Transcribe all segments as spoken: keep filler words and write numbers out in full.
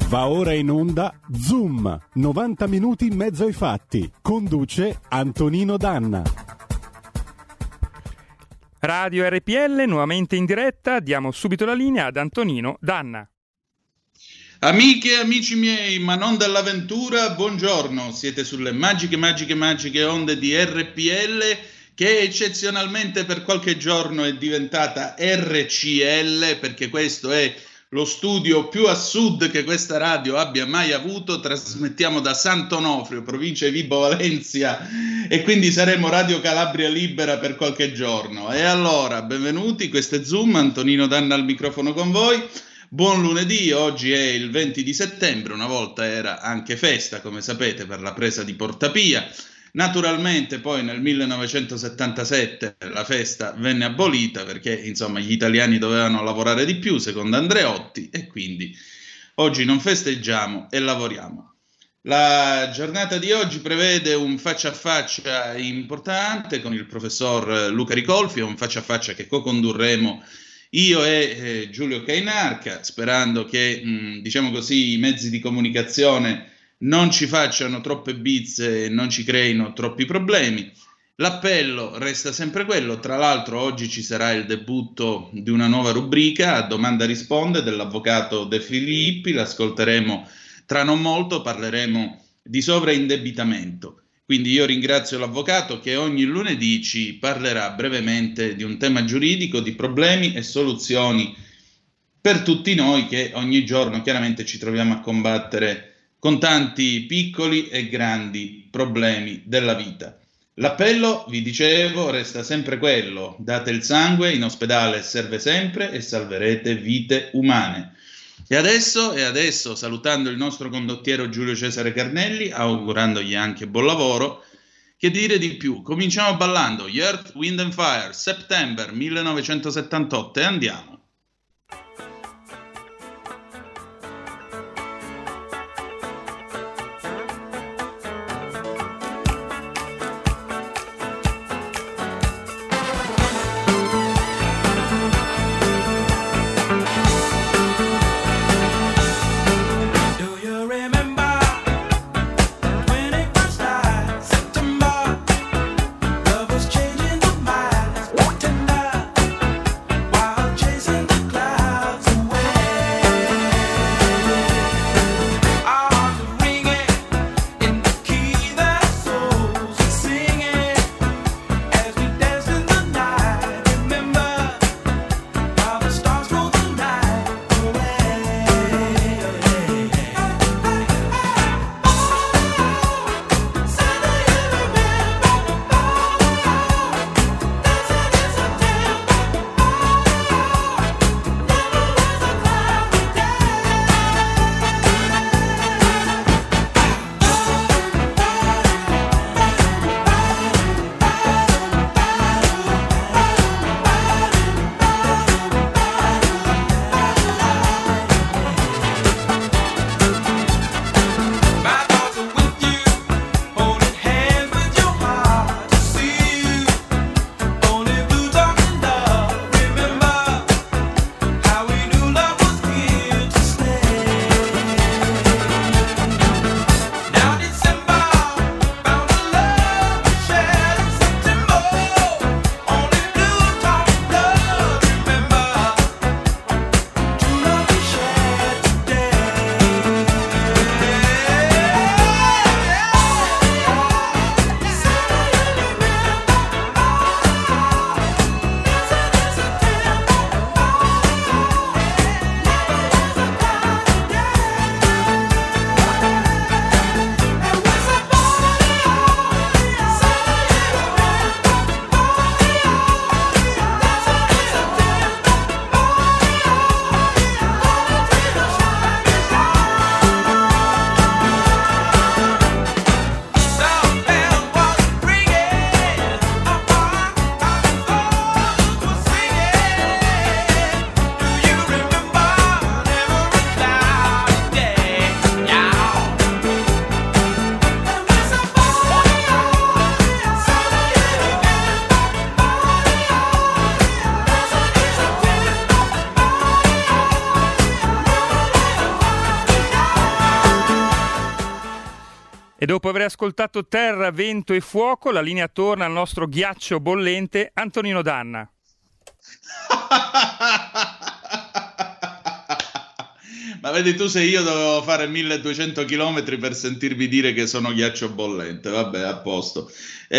Va ora in onda Zoom, novanta minuti in mezzo ai fatti. Conduce Antonino Danna. Radio R P L, nuovamente in diretta, diamo subito la linea ad Antonino Danna. Amiche e amici miei, ma non dell'avventura, buongiorno. Siete sulle magiche, magiche, magiche onde di R P L, che eccezionalmente per qualche giorno è diventata R C L, perché questo è lo studio più a sud che questa radio abbia mai avuto. Trasmettiamo da Sant'Onofrio, provincia di Vibo Valentia, e quindi saremo Radio Calabria Libera per qualche giorno. E allora, benvenuti, questo è Zoom, Antonino Danna al microfono con voi. Buon lunedì, oggi è il venti di settembre, una volta era anche festa, come sapete, per la presa di Porta Pia. Naturalmente poi nel millenovecentosettantasette la festa venne abolita perché insomma gli italiani dovevano lavorare di più, secondo Andreotti, e quindi oggi non festeggiamo e lavoriamo. La giornata di oggi prevede un faccia a faccia importante con il professor Luca Ricolfi, un faccia a faccia che co-condurremo io e eh, Giulio Cainarca, sperando che mh, diciamo così i mezzi di comunicazione non ci facciano troppe bizze e non ci creino troppi problemi. L'appello resta sempre quello. Tra l'altro oggi ci sarà il debutto di una nuova rubrica, a domanda risponde, dell'avvocato De Filippi. L'ascolteremo tra non molto, parleremo di sovraindebitamento. Quindi io ringrazio l'avvocato che ogni lunedì ci parlerà brevemente di un tema giuridico, di problemi e soluzioni per tutti noi che ogni giorno chiaramente ci troviamo a combattere con tanti piccoli e grandi problemi della vita. L'appello, vi dicevo, resta sempre quello: date il sangue, in ospedale serve sempre e salverete vite umane. E adesso, e adesso, salutando il nostro condottiero Giulio Cesare Carnelli, augurandogli anche buon lavoro, che dire di più? Cominciamo ballando Earth, Wind and Fire, September millenovecentosettantotto, e andiamo. Chasing E dopo aver ascoltato Terra, Vento e Fuoco, la linea torna al nostro ghiaccio bollente Antonino Danna. Ma vedi tu, se io dovevo fare milleduecento chilometri per sentirvi dire che sono ghiaccio bollente, vabbè, a posto.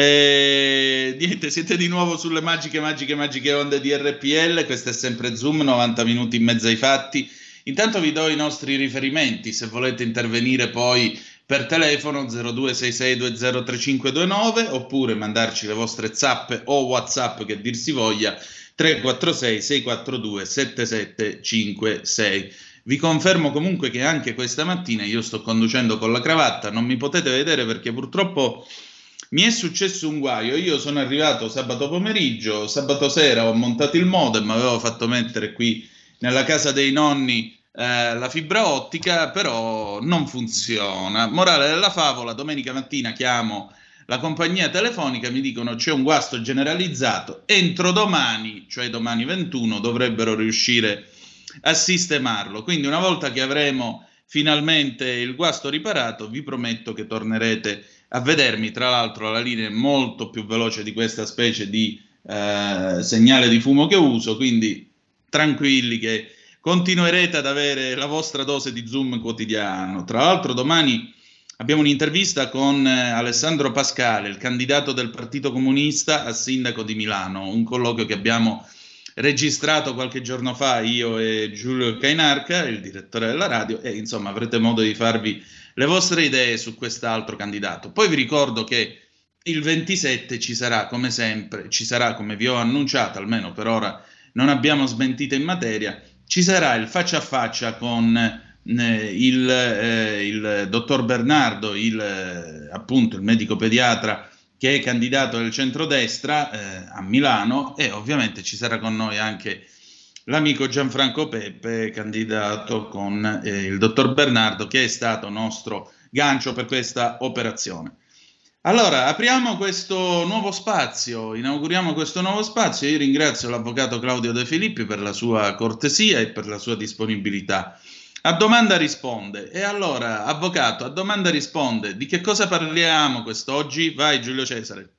E, niente, siete di nuovo sulle magiche, magiche, magiche onde di R P L, questo è sempre Zoom, novanta minuti in mezzo ai fatti. Intanto vi do i nostri riferimenti, se volete intervenire poi per telefono zero due sei sei due zero tre cinque due nove, oppure mandarci le vostre zappe o WhatsApp, che dir si voglia, tre quattro sei sei quattro due sette sette cinque sei. Vi confermo comunque che anche questa mattina io sto conducendo con la cravatta, non mi potete vedere perché purtroppo mi è successo un guaio. Io sono arrivato sabato pomeriggio, sabato sera ho montato il modem, avevo fatto mettere qui nella casa dei nonni eh, la fibra ottica, però non funziona. Morale della favola, domenica mattina chiamo la compagnia telefonica, mi dicono c'è un guasto generalizzato, entro domani, cioè domani ventuno, dovrebbero riuscire a sistemarlo. Quindi una volta che avremo finalmente il guasto riparato, vi prometto che tornerete a vedermi. Tra l'altro la linea è molto più veloce di questa specie di eh, segnale di fumo che uso, quindi tranquilli che continuerete ad avere la vostra dose di Zoom quotidiano. Tra l'altro domani abbiamo un'intervista con eh, Alessandro Pascale, il candidato del Partito Comunista a sindaco di Milano, un colloquio che abbiamo registrato qualche giorno fa io e Giulio Cainarca, il direttore della radio, e insomma avrete modo di farvi le vostre idee su quest'altro candidato. Poi vi ricordo che il ventisette ci sarà, come sempre, ci sarà, come vi ho annunciato, almeno per ora non abbiamo smentite in materia, ci sarà il faccia a faccia con eh, il, eh, il dottor Bernardo, il, eh, appunto il medico pediatra che è candidato del centrodestra eh, a Milano, e ovviamente ci sarà con noi anche l'amico Gianfranco Peppe, candidato con eh, il dottor Bernardo, che è stato nostro gancio per questa operazione. Allora, apriamo questo nuovo spazio, inauguriamo questo nuovo spazio. Io ringrazio l'avvocato Claudio De Filippi per la sua cortesia e per la sua disponibilità. A domanda risponde. E allora, avvocato, a domanda risponde. Di che cosa parliamo quest'oggi? Vai, Giulio Cesare.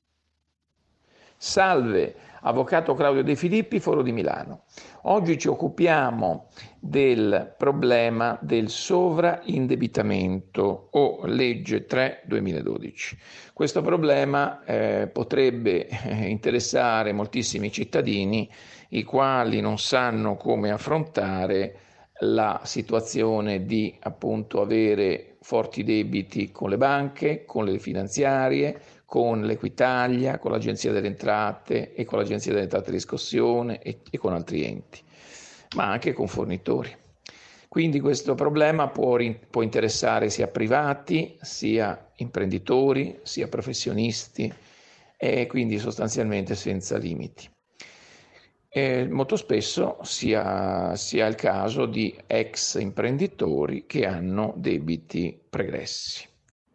Salve, avvocato Claudio De Filippi, Foro di Milano. Oggi ci occupiamo del problema del sovraindebitamento o legge tre duemiladodici. Questo problema eh, potrebbe interessare moltissimi cittadini, i quali non sanno come affrontare la situazione di appunto avere forti debiti con le banche, con le finanziarie, con l'Equitalia, con l'Agenzia delle Entrate e con l'Agenzia delle Entrate di Riscossione e, e con altri enti, ma anche con fornitori. Quindi questo problema può, può interessare sia privati, sia imprenditori, sia professionisti, e quindi sostanzialmente senza limiti. E molto spesso si ha, si ha il caso di ex imprenditori che hanno debiti pregressi.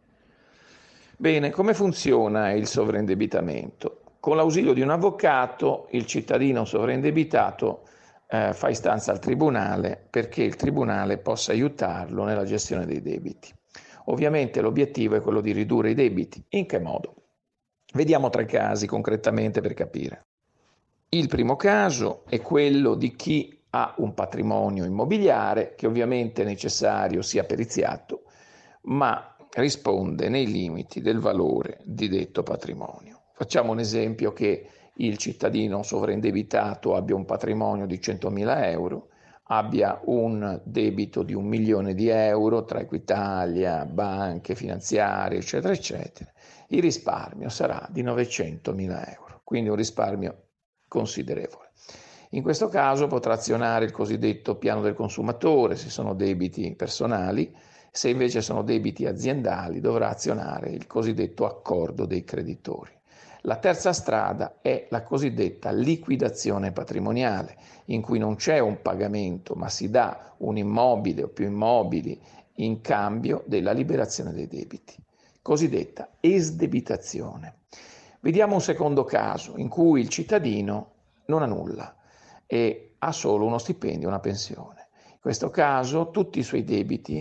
Bene, come funziona il sovraindebitamento? Con l'ausilio di un avvocato, il cittadino sovraindebitato eh, fa istanza al tribunale perché il tribunale possa aiutarlo nella gestione dei debiti. Ovviamente l'obiettivo è quello di ridurre i debiti. In che modo? Vediamo tre casi concretamente per capire. Il primo caso è quello di chi ha un patrimonio immobiliare che ovviamente è necessario sia periziato, ma risponde nei limiti del valore di detto patrimonio. Facciamo un esempio che il cittadino sovraindebitato abbia un patrimonio di centomila euro, abbia un debito di un milione di euro tra Equitalia, banche, finanziarie, eccetera, eccetera. Il risparmio sarà di novecentomila euro, quindi un risparmio considerevole. In questo caso potrà azionare il cosiddetto piano del consumatore se sono debiti personali, se invece sono debiti aziendali dovrà azionare il cosiddetto accordo dei creditori. La terza strada è la cosiddetta liquidazione patrimoniale, in cui non c'è un pagamento ma si dà un immobile o più immobili in cambio della liberazione dei debiti, cosiddetta esdebitazione. Vediamo un secondo caso in cui il cittadino non ha nulla e ha solo uno stipendio, una pensione. In questo caso tutti i suoi debiti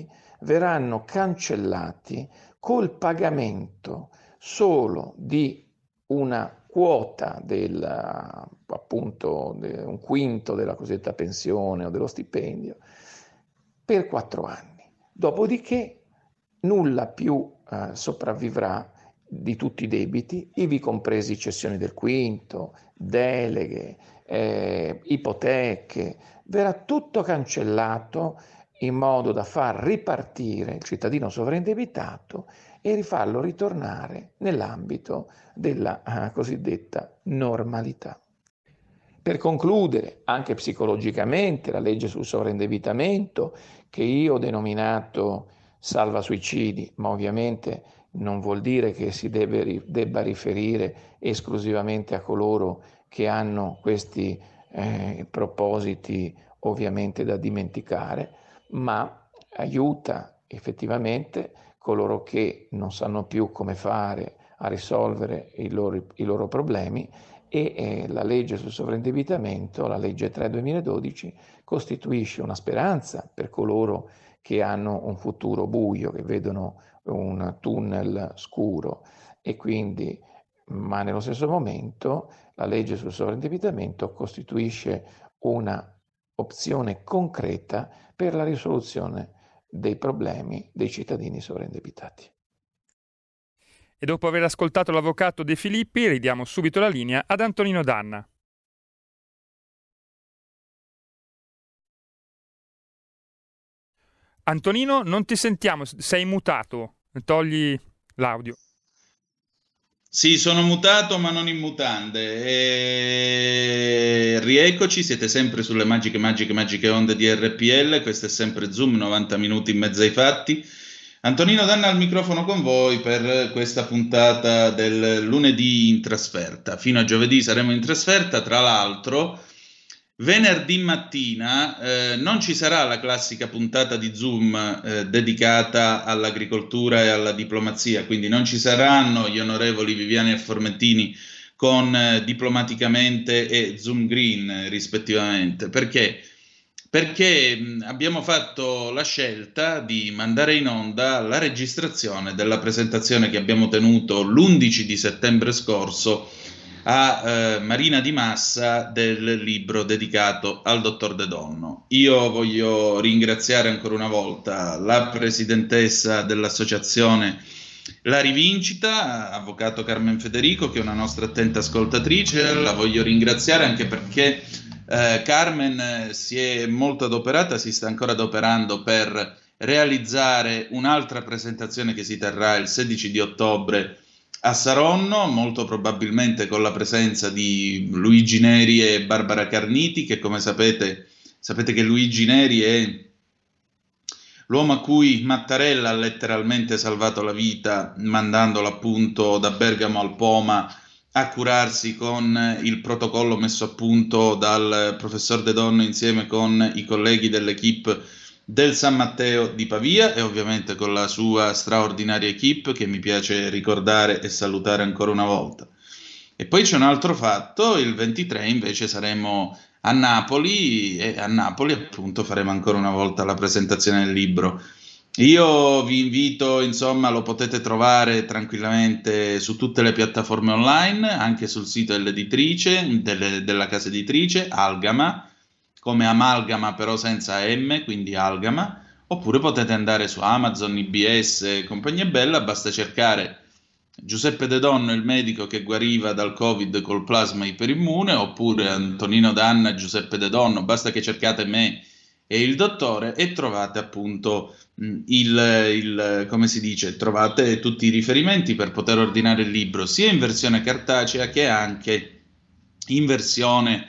verranno cancellati col pagamento solo di una quota del, appunto, de, un quinto della cosiddetta pensione o dello stipendio per quattro anni. Dopodiché nulla più eh, sopravvivrà di tutti i debiti, ivi compresi cessioni del quinto, deleghe, eh, ipoteche, verrà tutto cancellato in modo da far ripartire il cittadino sovraindebitato e rifarlo ritornare nell'ambito della uh, cosiddetta normalità. Per concludere, anche psicologicamente, la legge sul sovraindebitamento, che io ho denominato salva suicidi, ma ovviamente non vuol dire che si deve, debba riferire esclusivamente a coloro che hanno questi eh, propositi ovviamente da dimenticare, ma aiuta effettivamente coloro che non sanno più come fare a risolvere i loro, i loro problemi e eh, la legge sul sovraindebitamento, la legge tre duemiladodici, costituisce una speranza per coloro che hanno un futuro buio, che vedono un tunnel scuro e quindi, ma nello stesso momento la legge sul sovraindebitamento costituisce una opzione concreta per la risoluzione dei problemi dei cittadini sovraindebitati. E dopo aver ascoltato l'avvocato De Filippi, ridiamo subito la linea ad Antonino Danna. Antonino, non ti sentiamo, sei mutato, togli l'audio. Sì, sono mutato ma non in mutande. E... Rieccoci, siete sempre sulle magiche, magiche, magiche onde di R P L, questo è sempre Zoom, novanta minuti in mezzo ai fatti. Antonino Danna al microfono con voi per questa puntata del lunedì in trasferta. Fino a giovedì saremo in trasferta, tra l'altro venerdì mattina eh, non ci sarà la classica puntata di Zoom eh, dedicata all'agricoltura e alla diplomazia, quindi non ci saranno gli onorevoli Viviani e Formentini con eh, Diplomaticamente e Zoom Green eh, rispettivamente. Perché? Perché mh, abbiamo fatto la scelta di mandare in onda la registrazione della presentazione che abbiamo tenuto l'undici di settembre scorso a eh, Marina Di Massa del libro dedicato al dottor De Donno. Io voglio ringraziare ancora una volta la presidentessa dell'associazione La Rivincita, avvocato Carmen Federico, che è una nostra attenta ascoltatrice. La voglio ringraziare anche perché eh, Carmen si è molto adoperata, si sta ancora adoperando per realizzare un'altra presentazione che si terrà il sedici di ottobre a Saronno, molto probabilmente con la presenza di Luigi Neri e Barbara Carniti, che come sapete, sapete che Luigi Neri è l'uomo a cui Mattarella ha letteralmente salvato la vita, mandandolo appunto da Bergamo al Poma a curarsi con il protocollo messo a punto dal professor De Donno insieme con i colleghi dell'equipe del San Matteo di Pavia e ovviamente con la sua straordinaria equipe che mi piace ricordare e salutare ancora una volta. E poi c'è un altro fatto, il ventitré invece saremo a Napoli e a Napoli appunto faremo ancora una volta la presentazione del libro. Io vi invito, insomma, lo potete trovare tranquillamente su tutte le piattaforme online, anche sul sito dell'editrice, delle, della casa editrice, Algama, come amalgama però senza M, quindi Algama, oppure potete andare su Amazon, I B S e compagnia bella, basta cercare Giuseppe De Donno, il medico che guariva dal Covid col plasma iperimmune, oppure Antonino Danna, Giuseppe De Donno, basta che cercate me e il dottore e trovate appunto il, il, come si dice, trovate tutti i riferimenti per poter ordinare il libro, sia in versione cartacea che anche in versione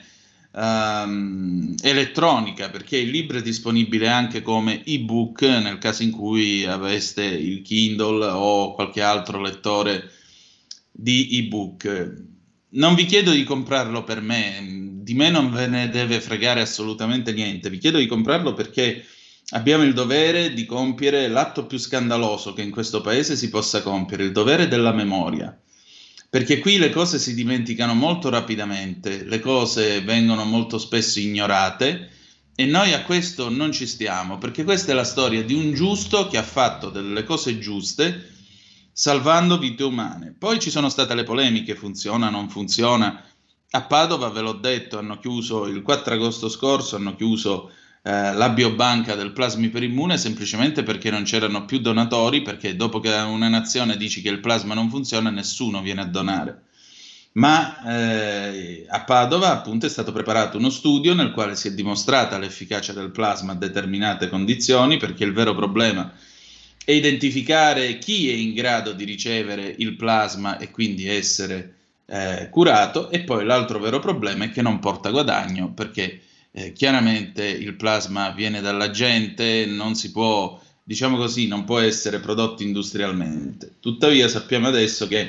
Um, elettronica, perché il libro è disponibile anche come ebook nel caso in cui aveste il Kindle o qualche altro lettore di ebook. Non vi chiedo di comprarlo per me, di me non ve ne deve fregare assolutamente niente, vi chiedo di comprarlo perché abbiamo il dovere di compiere l'atto più scandaloso che in questo paese si possa compiere, il dovere della memoria. Perché qui le cose si dimenticano molto rapidamente, le cose vengono molto spesso ignorate E noi a questo non ci stiamo, perché questa è la storia di un giusto che ha fatto delle cose giuste salvando vite umane. Poi ci sono state le polemiche, funziona, non funziona. A Padova, ve l'ho detto, hanno chiuso il quattro agosto scorso, hanno chiuso eh, la biobanca del plasma iperimmune semplicemente perché non c'erano più donatori, perché dopo che una nazione dici che il plasma non funziona, nessuno viene a donare. Ma eh, a Padova appunto è stato preparato uno studio nel quale si è dimostrata l'efficacia del plasma a determinate condizioni, perché il vero problema è identificare chi è in grado di ricevere il plasma e quindi essere eh, curato, e poi l'altro vero problema è che non porta guadagno, perché eh, chiaramente il plasma viene dalla gente, non si può, diciamo così, non può essere prodotto industrialmente. Tuttavia sappiamo adesso che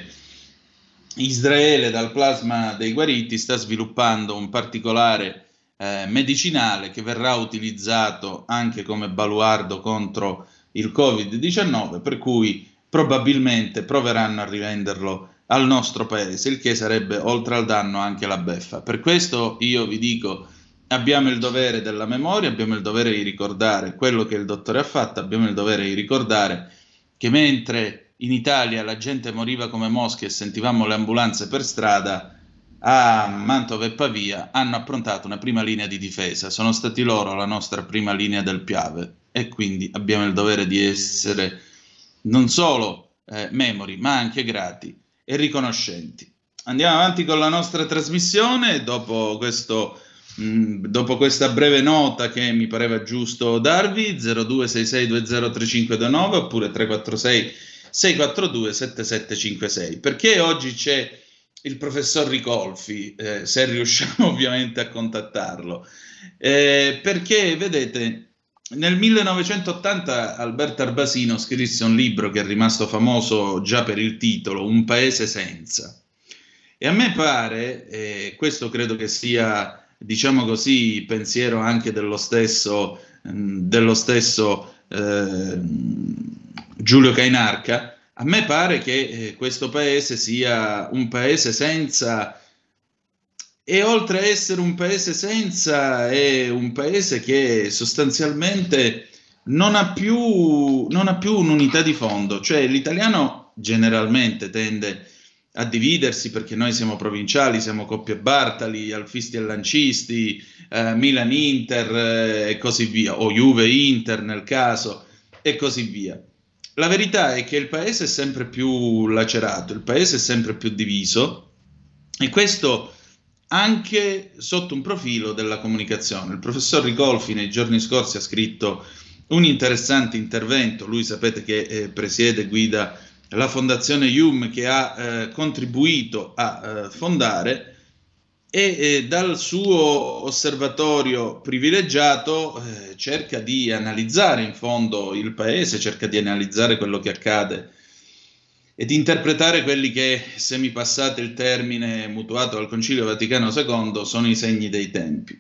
Israele dal plasma dei guariti sta sviluppando un particolare eh, medicinale che verrà utilizzato anche come baluardo contro il covid diciannove, per cui probabilmente proveranno a rivenderlo al nostro paese, il che sarebbe oltre al danno anche la beffa. Per questo io vi dico, abbiamo il dovere della memoria, abbiamo il dovere di ricordare quello che il dottore ha fatto, abbiamo il dovere di ricordare che mentre in Italia la gente moriva come mosche e sentivamo le ambulanze per strada, a Mantova e Pavia hanno approntato una prima linea di difesa, sono stati loro la nostra prima linea del Piave, e quindi abbiamo il dovere di essere non solo eh, memori ma anche grati e riconoscenti. Andiamo avanti con la nostra trasmissione dopo questo mh, dopo questa breve nota che mi pareva giusto darvi. Zero due sei sei due zero tre cinque due nove oppure tre quattro sei sei quattro due sette sette cinque sei. Perché oggi c'è il professor Ricolfi, eh, se riusciamo ovviamente a contattarlo? Eh, perché, vedete, nel millenovecentottanta Alberto Arbasino scrisse un libro che è rimasto famoso già per il titolo, Un paese senza. E a me pare, eh, questo credo che sia, diciamo così, pensiero anche dello stesso, mh, dello stesso eh, Giulio Cainarca, a me pare che eh, questo paese sia un paese senza, e oltre a essere un paese senza, è un paese che sostanzialmente non ha più, non ha più un'unità di fondo. Cioè l'italiano generalmente tende a dividersi perché noi siamo provinciali, siamo coppie Bartali, alfisti e lancisti, eh, Milan-Inter eh, e così via, o Juve-Inter nel caso, e così via. La verità è che il paese è sempre più lacerato, il paese è sempre più diviso, e questo anche sotto un profilo della comunicazione. Il professor Ricolfi nei giorni scorsi ha scritto un interessante intervento. Lui sapete che eh, presiede e guida la fondazione I U M che ha eh, contribuito a eh, fondare, e eh, dal suo osservatorio privilegiato eh, cerca di analizzare in fondo il paese, cerca di analizzare quello che accade e di interpretare quelli che, se mi passate il termine mutuato dal Concilio Vaticano secondo, sono i segni dei tempi.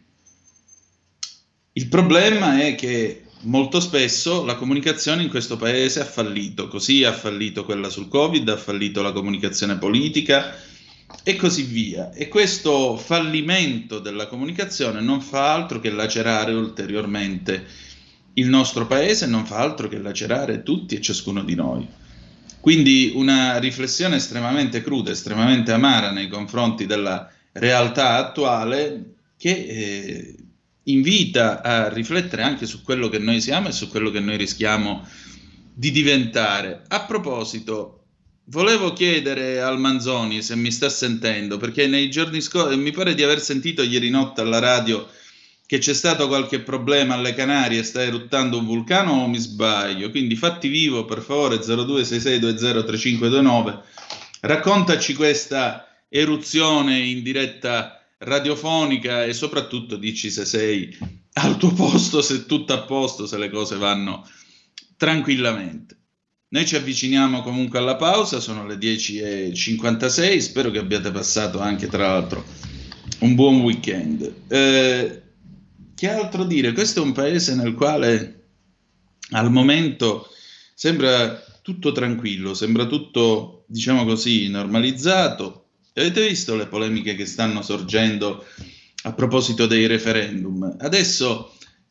Il problema è che molto spesso la comunicazione in questo paese ha fallito, così ha fallito quella sul Covid, ha fallito la comunicazione politica e così via. E questo fallimento della comunicazione non fa altro che lacerare ulteriormente il nostro paese, non fa altro che lacerare tutti e ciascuno di noi. Quindi una riflessione estremamente cruda, estremamente amara nei confronti della realtà attuale, che eh, invita a riflettere anche su quello che noi siamo e su quello che noi rischiamo di diventare. A proposito, volevo chiedere al Manzoni se mi sta sentendo, perché nei giorni scorsi mi pare di aver sentito ieri notte alla radio che c'è stato qualche problema alle Canarie, sta eruttando un vulcano, o mi sbaglio? Quindi fatti vivo per favore. Zero due sei sei due zero tre cinque due nove, raccontaci questa eruzione in diretta radiofonica e soprattutto dici se sei al tuo posto, se è tutto a posto, se le cose vanno tranquillamente. Noi ci avviciniamo comunque alla pausa, sono le dieci e cinquantasei, spero che abbiate passato anche tra l'altro un buon weekend. Eh, che altro dire? Questo è un paese nel quale al momento sembra tutto tranquillo, sembra tutto, diciamo così, normalizzato. Avete visto le polemiche che stanno sorgendo a proposito dei referendum? Adesso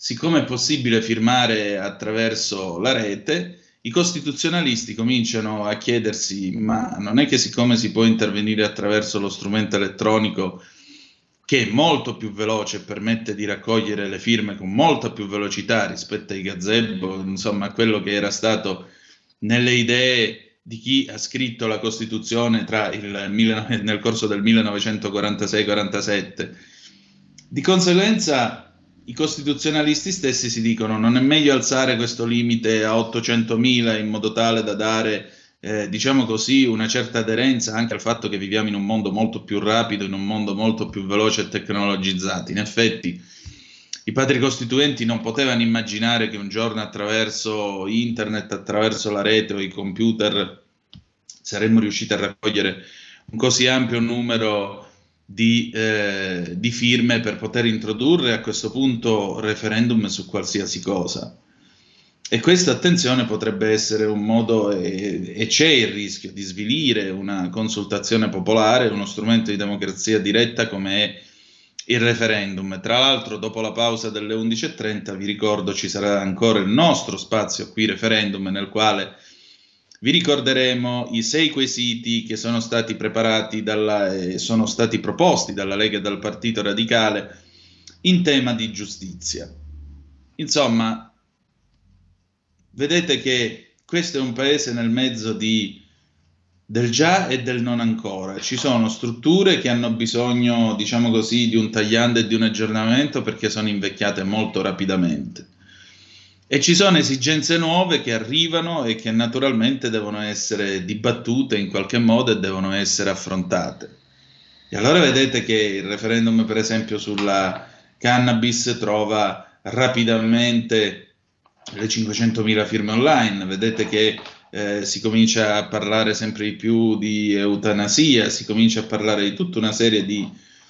siccome è possibile firmare attraverso la rete, i costituzionalisti cominciano a chiedersi: ma non è che siccome si può intervenire attraverso lo strumento elettronico, che è molto più veloce e permette di raccogliere le firme con molta più velocità rispetto ai gazebo, insomma, a quello che era stato nelle idee di chi ha scritto la Costituzione tra il, nel corso del millenovecentoquarantasei quarantasette. Di conseguenza i costituzionalisti stessi si dicono: non è meglio alzare questo limite a ottocentomila in modo tale da dare, eh, diciamo così, una certa aderenza anche al fatto che viviamo in un mondo molto più rapido, in un mondo molto più veloce e tecnologizzato. In effetti i padri costituenti non potevano immaginare che un giorno attraverso internet, attraverso la rete o i computer saremmo riusciti a raccogliere un così ampio numero di, eh, di firme per poter introdurre a questo punto referendum su qualsiasi cosa. E questa, attenzione, potrebbe essere un modo, e, e c'è il rischio di svilire una consultazione popolare, uno strumento di democrazia diretta come è il referendum. Tra l'altro, dopo la pausa delle undici e trenta, vi ricordo, ci sarà ancora il nostro spazio qui referendum, nel quale vi ricorderemo i sei quesiti che sono stati preparati dalla, eh, sono stati proposti dalla Lega e dal Partito Radicale in tema di giustizia. Insomma, vedete che questo è un paese nel mezzo di del già e del non ancora. Ci sono strutture che hanno bisogno, diciamo così, di un tagliando e di un aggiornamento perché sono invecchiate molto rapidamente, e ci sono esigenze nuove che arrivano e che naturalmente devono essere dibattute in qualche modo e devono essere affrontate. E allora vedete che il referendum, per esempio, sulla cannabis trova rapidamente le cinquecentomila firme online, vedete che Eh, si comincia a parlare sempre di più di eutanasia, si comincia a parlare di tutta una serie di,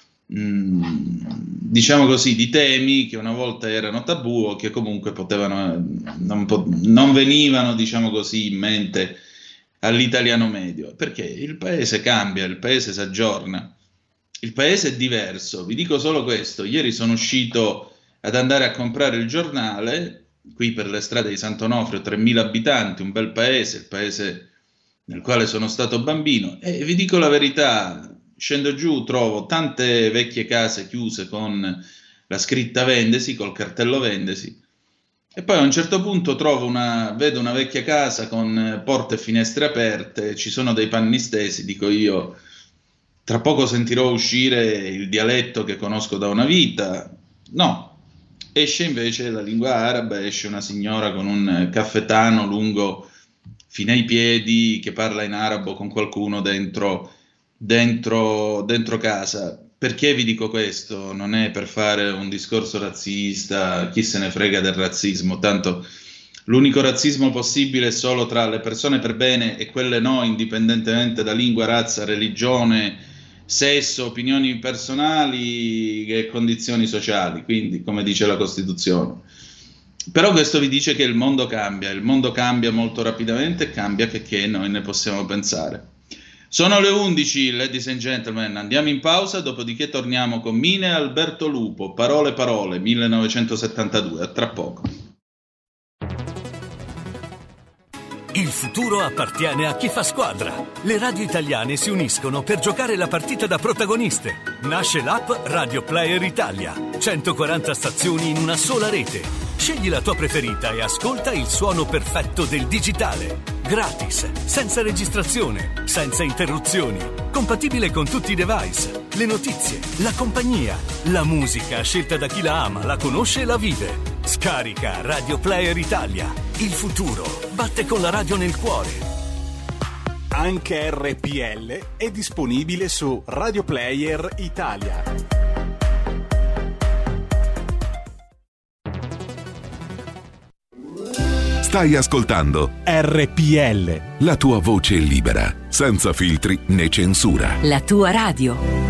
mh, diciamo così, di temi che una volta erano tabù o che comunque potevano, non, po- non venivano, diciamo così, in mente all'italiano medio, perché il paese cambia, il paese si aggiorna, il paese è diverso. Vi dico solo questo: ieri sono uscito ad andare a comprare il giornale qui per le strade di Sant'Onofrio, tremila abitanti, un bel paese, il paese nel quale sono stato bambino, e vi dico la verità, scendo giù, trovo tante vecchie case chiuse con la scritta vendesi, col cartello vendesi, e poi a un certo punto trovo una, vedo una vecchia casa con porte e finestre aperte, ci sono dei panni stesi, dico io, tra poco sentirò uscire il dialetto che conosco da una vita. No. Esce invece la lingua araba, esce una signora con un caffetano lungo fino ai piedi che parla in arabo con qualcuno dentro, dentro, dentro casa. Perché vi dico questo? Non è per fare un discorso razzista, chi se ne frega del razzismo, tanto l'unico razzismo possibile è solo tra le persone per bene e quelle no, indipendentemente da lingua, razza, religione, sesso, opinioni personali e condizioni sociali, quindi come dice la Costituzione. Però questo vi dice che il mondo cambia, il mondo cambia molto rapidamente e cambia che, che noi ne possiamo pensare. Sono le undici, ladies and gentlemen, andiamo in pausa, dopodiché torniamo con Mine e Alberto Lupo, Parole Parole, millenovecentosettantadue, a tra poco. Il futuro appartiene a chi fa squadra. Le radio italiane si uniscono per giocare la partita da protagoniste. Nasce l'app Radio Player Italia. centoquaranta stazioni in una sola rete. Scegli la tua preferita e ascolta il suono perfetto del digitale. Gratis, senza registrazione, senza interruzioni. Compatibile con tutti i device. Le notizie, la compagnia, la musica scelta da chi la ama, la conosce e la vive. Scarica Radio Player Italia. Il futuro batte con la radio nel cuore. Anche R P L è disponibile su Radio Player Italia. Stai ascoltando R P L, la tua voce libera, senza filtri né censura. La tua radio.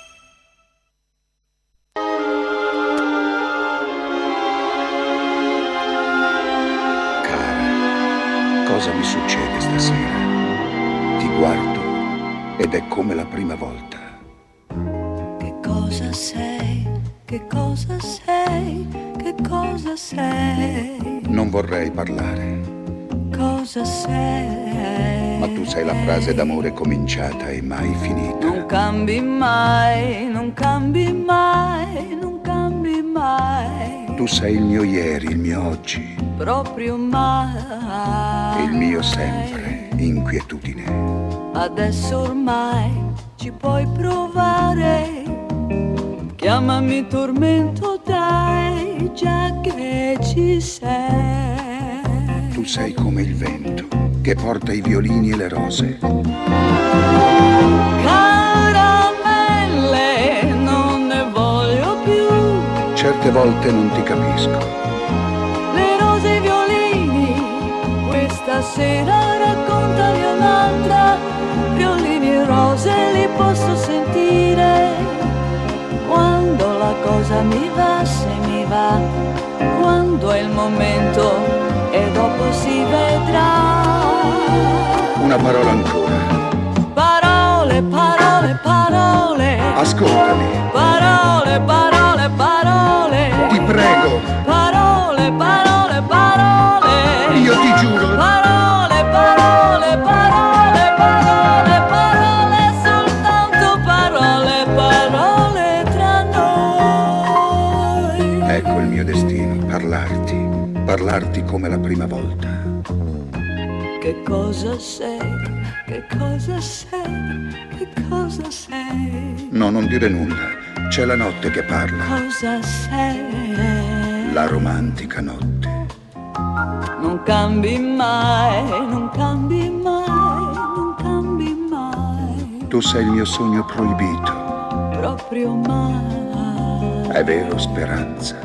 Cosa mi succede stasera? Ti guardo ed è come la prima volta. Che cosa sei? Che cosa sei? Che cosa cosa sei? Non vorrei parlare. Cosa sei? Ma tu sei la frase d'amore cominciata e mai finita. Non cambi mai, non cambi mai, non cambi mai. Tu sei il mio ieri, il mio oggi. Proprio mai. Il mio sempre, inquietudine. Adesso ormai ci puoi provare. Chiamami tormento, dai, già che ci sei. Tu sei come il vento che porta i violini e le rose. Caramelle, non ne voglio più. Certe volte non ti capisco. Le rose e i violini, questa sera raccontali un'altra. Violini e rose li posso sentire. Quando la cosa mi va, se mi va, quando è il momento e dopo si vedrà. Una parola ancora. Parole, parole, parole. Ascoltami. Parole, parole, parole. Ti prego. Parole, parole, parole. Io ti giuro. Parole, parole, parole, parole, parole, soltanto parole, parole tra noi. Ecco il mio destino, parlarti. Parlarti come la prima volta. Che cosa sei? Che cosa sei? Che cosa sei? No, non dire nulla. C'è la notte che parla. Cosa sei? La romantica notte. Non cambi mai, non cambi mai, non cambi mai. Tu sei il mio sogno proibito. Proprio mai. È vero, speranza.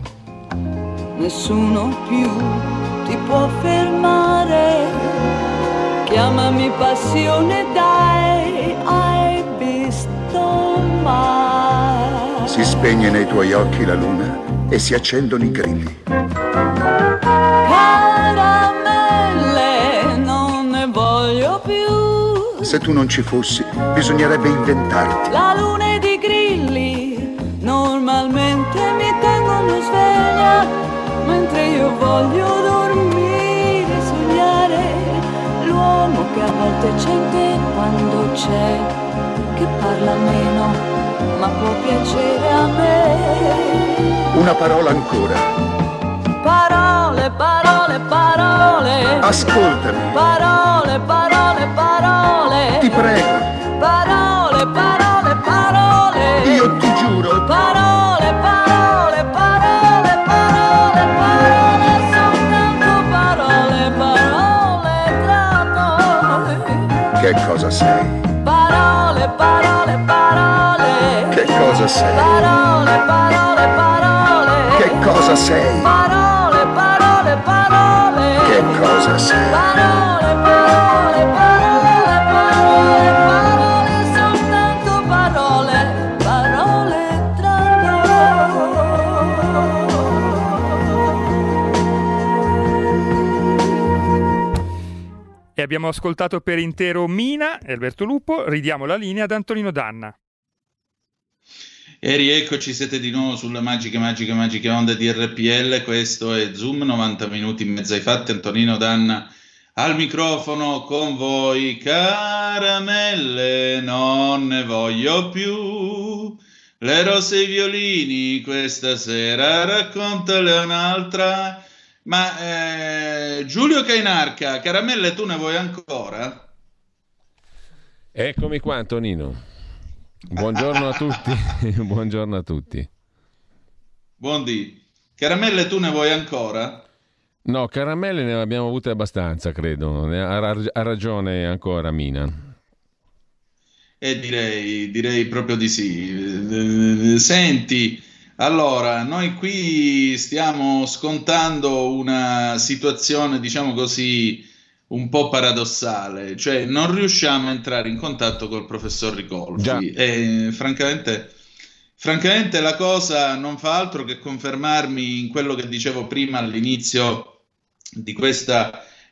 Nessuno più ti può fermare. Chiamami passione, dai, hai visto mai. Si spegne nei tuoi occhi la luna e si accendono i grilli. Caramelle, non ne voglio più. Se tu non ci fossi, bisognerebbe inventarti. La luna ed i grilli normalmente mi tengono sveglia, mentre io voglio dormire, sognare. L'uomo che a volte c'è in te quando c'è, che parla meno, ma può piacere a me. Una parola ancora. Parole, parole, parole. Ascoltami. Parole, parole, parole. Ti prego. Parole, parole, parole. Io ti giuro. Parole, parole, parole, parole, parole, soltanto parole, parole tra noi. Che cosa sei? Parole, parole, parole. Che cosa sei? Parole, parole, parole. Che cosa sei? Parole, parole, parole. Che cosa sei? Parole, parole, parole, parole, parole, soltanto parole, parole tra noi. E abbiamo ascoltato per intero Mina e Alberto Lupo. Ridiamo la linea ad Antonino Danna. E rieccoci, siete di nuovo sulle magiche, magiche, magiche onde di R P L. Questo è Zoom, novanta minuti in mezzo ai fatti. Antonino Danna al microfono con voi. Caramelle, non ne voglio più. Le rose e i violini, questa sera raccontale un'altra. Ma eh, Giulio Cainarca, caramelle tu ne vuoi ancora? Eccomi qua, Antonino. Buongiorno a tutti. Buongiorno a tutti. Buondì. Caramelle tu ne vuoi ancora? No, caramelle ne abbiamo avute abbastanza, credo. Ha, ha ragione ancora Mina. Eh, direi, direi proprio di sì. Senti, allora, noi qui stiamo scontando una situazione, diciamo così, un po' paradossale, cioè non riusciamo a entrare in contatto col professor Ricolfi. Già. E francamente, francamente la cosa non fa altro che confermarmi in quello che dicevo prima all'inizio di questa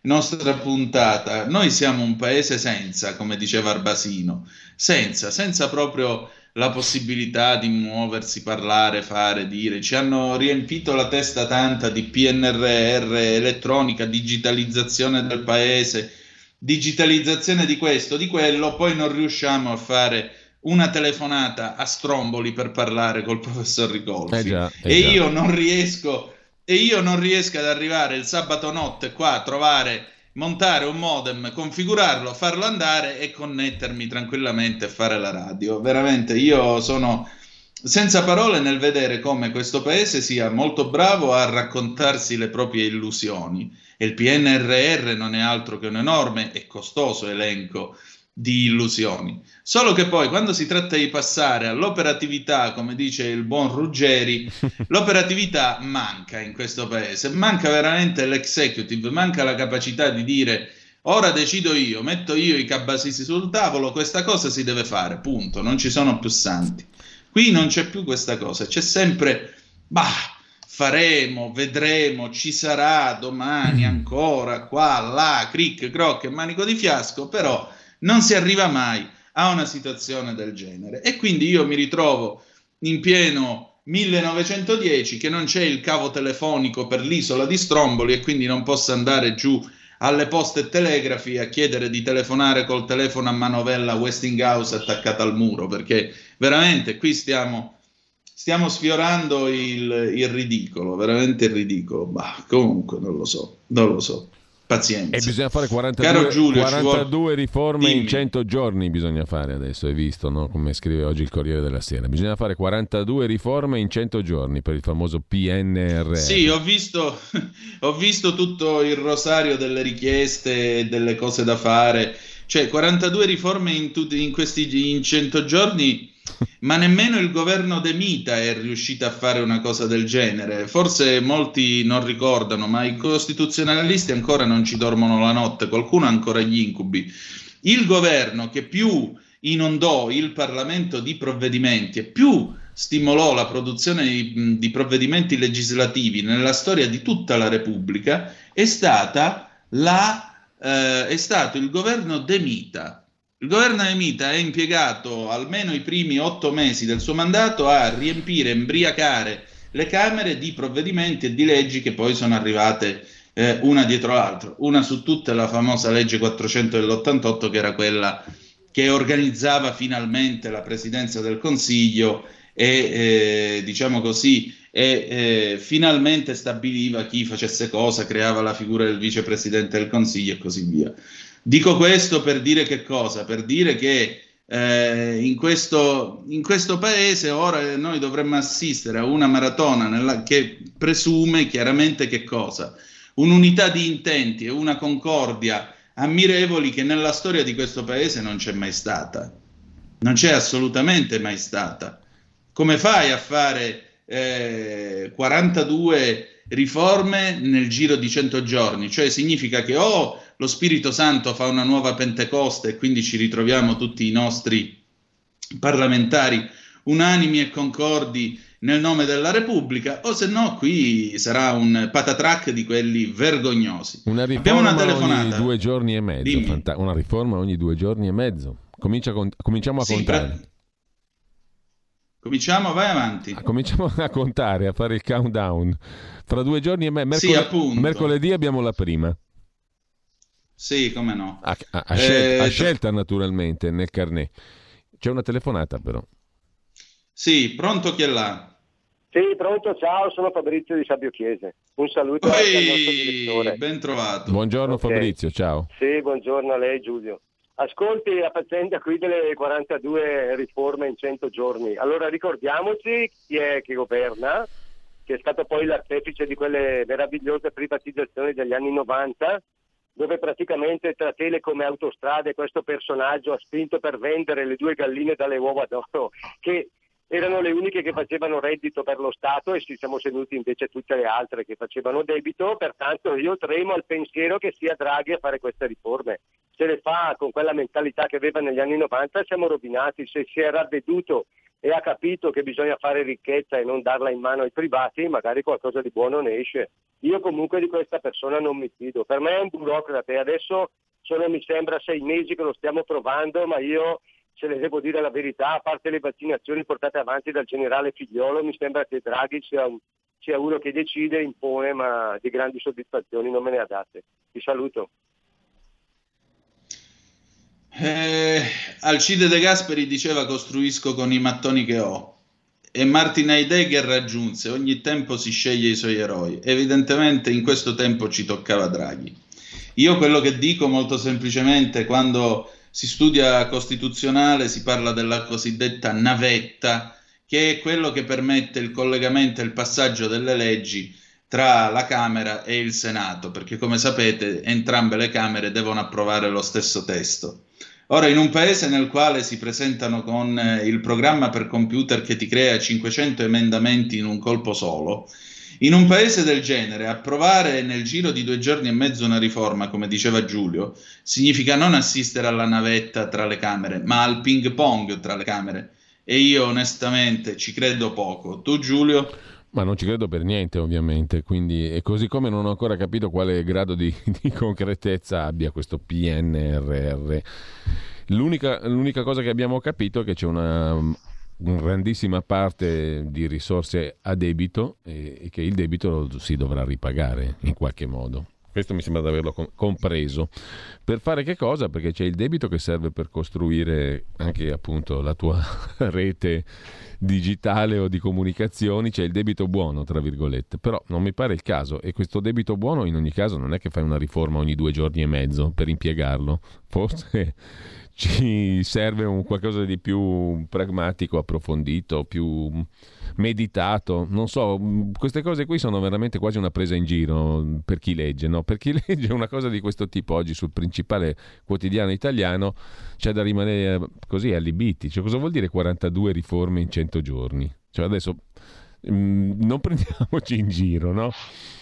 nostra puntata, noi siamo un paese senza, come diceva Arbasino, senza, senza proprio la possibilità di muoversi, parlare, fare, dire. Ci hanno riempito la testa tanta di P N R R, elettronica, digitalizzazione del paese, digitalizzazione di questo, di quello, poi non riusciamo a fare una telefonata a Stromboli per parlare col professor Ricolfi. Eh già, eh e già. io non riesco e io non riesco ad arrivare il sabato notte qua a trovare, montare un modem, configurarlo, farlo andare e connettermi tranquillamente e fare la radio. Veramente io sono senza parole nel vedere come questo paese sia molto bravo a raccontarsi le proprie illusioni, e il P N R R non è altro che un enorme e costoso elenco di illusioni. Solo che poi quando si tratta di passare all'operatività, come dice il buon Ruggeri, l'operatività manca in questo paese, manca veramente l'executive, manca la capacità di dire ora decido io, metto io i cabasisi sul tavolo, questa cosa si deve fare, punto, non ci sono più santi. Qui non c'è più questa cosa, c'è sempre bah, faremo, vedremo, ci sarà domani ancora, qua, là, cric, croc e manico di fiasco, però non si arriva mai a una situazione del genere. E quindi io mi ritrovo in pieno millenovecentodieci che non c'è il cavo telefonico per l'isola di Stromboli e quindi non posso andare giù alle poste e telegrafi a chiedere di telefonare col telefono a manovella Westinghouse attaccata al muro, perché veramente qui stiamo, stiamo sfiorando il, il ridicolo, veramente il ridicolo. Bah, comunque non lo so, non lo so. Pazienza. E bisogna fare quarantadue, Caro Giulio, quarantadue vuole... riforme Dimmi. in cento giorni bisogna fare adesso, hai visto, no? Come scrive oggi il Corriere della Sera. Bisogna fare quarantadue riforme in cento giorni per il famoso P N R R. Sì, ho visto, ho visto tutto il rosario delle richieste e delle cose da fare. Cioè, quarantadue riforme in, tutti, in questi in cento giorni, ma nemmeno il governo De Mita è riuscito a fare una cosa del genere. Forse molti non ricordano, ma i costituzionalisti ancora non ci dormono la notte, qualcuno ha ancora gli incubi. Il governo che più inondò il Parlamento di provvedimenti e più stimolò la produzione di, di provvedimenti legislativi nella storia di tutta la Repubblica è stata la Eh, è stato il governo De Mita. Il governo De Mita è impiegato almeno i primi otto mesi del suo mandato a riempire, embriacare le Camere di provvedimenti e di leggi che poi sono arrivate eh, una dietro l'altra. Una su tutte la famosa legge quattrocento dell'ottantotto, che era quella che organizzava finalmente la presidenza del Consiglio e eh, diciamo così e eh, finalmente stabiliva chi facesse cosa, creava la figura del vicepresidente del Consiglio e così via. Dico questo per dire che cosa? Per dire che eh, in, questo, in questo paese ora noi dovremmo assistere a una maratona nella, che presume chiaramente che cosa? Un'unità di intenti e una concordia ammirevoli che nella storia di questo paese non c'è mai stata. Non c'è assolutamente mai stata. Come fai a fare eh, quarantadue riforme nel giro di cento giorni? Cioè significa che o lo Spirito Santo fa una nuova Pentecoste e quindi ci ritroviamo tutti i nostri parlamentari unanimi e concordi nel nome della Repubblica, o se no qui sarà un patatrac di quelli vergognosi. Una Abbiamo una riforma telefonata. ogni due giorni e mezzo. Dimmi. Fanta- una riforma ogni due giorni e mezzo. Comincia a con- cominciamo a Sì, contare. pre- Cominciamo, vai avanti. Ah, Cominciamo a contare, a fare il countdown. Fra due giorni e mezzo. Sì, appunto. Mercoledì abbiamo la prima. Sì, come no. A, a- a scel- Eh, a scelta naturalmente nel carnet. C'è una telefonata però. Sì, pronto, chi è là? Sì, pronto, ciao, sono Fabrizio di Sabio Chiese. Un saluto anche al nostro Oi, direttore. ben trovato. Buongiorno Ok. Fabrizio, ciao. Sì, buongiorno a lei Giulio. Ascolti la faccenda qui delle quarantadue riforme in cento giorni. Allora ricordiamoci chi è che governa, che è stato poi l'artefice di quelle meravigliose privatizzazioni degli anni novanta, dove praticamente tra Telecom e Autostrade questo personaggio ha spinto per vendere le due galline dalle uova d'oro, che erano le uniche che facevano reddito per lo Stato, e ci siamo seduti invece tutte le altre che facevano debito. Pertanto io tremo al pensiero che sia Draghi a fare queste riforme. Se le fa con quella mentalità che aveva negli anni novanta siamo rovinati. Se si è ravveduto e ha capito che bisogna fare ricchezza e non darla in mano ai privati, magari qualcosa di buono ne esce. Io comunque di questa persona non mi fido, per me è un burocrate, adesso sono mi sembra sei mesi che lo stiamo provando, ma io, se le devo dire la verità, a parte le vaccinazioni portate avanti dal generale Figliolo, mi sembra che Draghi sia, un, sia uno che decide, impone, ma di grandi soddisfazioni non me ne ha date. Ti saluto. Eh, Alcide De Gasperi diceva costruisco con i mattoni che ho, e Martin Heidegger raggiunse ogni tempo si sceglie i suoi eroi. Evidentemente in questo tempo ci toccava Draghi. Io quello che dico molto semplicemente, quando si studia costituzionale si parla della cosiddetta navetta, che è quello che permette il collegamento e il passaggio delle leggi tra la Camera e il Senato, perché come sapete entrambe le Camere devono approvare lo stesso testo. Ora, in un paese nel quale si presentano con eh, il programma per computer che ti crea cinquecento emendamenti in un colpo solo, in un paese del genere approvare nel giro di due giorni e mezzo una riforma, come diceva Giulio, significa non assistere alla navetta tra le Camere, ma al ping pong tra le Camere. E io onestamente ci credo poco. Tu, Giulio? Ma non ci credo per niente, ovviamente, quindi, e così come non ho ancora capito quale grado di, di concretezza abbia questo P N R R. L'unica, l'unica cosa che abbiamo capito è che c'è una, una grandissima parte di risorse a debito e, e che il debito si dovrà ripagare in qualche modo. Questo mi sembra di averlo compreso. Per fare che cosa? Perché c'è il debito che serve per costruire anche appunto la tua rete digitale o di comunicazioni, c'è il debito buono, tra virgolette, però non mi pare il caso, e questo debito buono in ogni caso non è che fai una riforma ogni due giorni e mezzo per impiegarlo, forse ci serve un qualcosa di più pragmatico, approfondito, più meditato, non so, queste cose qui sono veramente quasi una presa in giro per chi legge, no? Per chi legge una cosa di questo tipo oggi sul principale quotidiano italiano c'è da rimanere così allibiti. Cioè, cosa vuol dire quarantadue riforme in cento giorni? Cioè adesso mh, non prendiamoci in giro, no?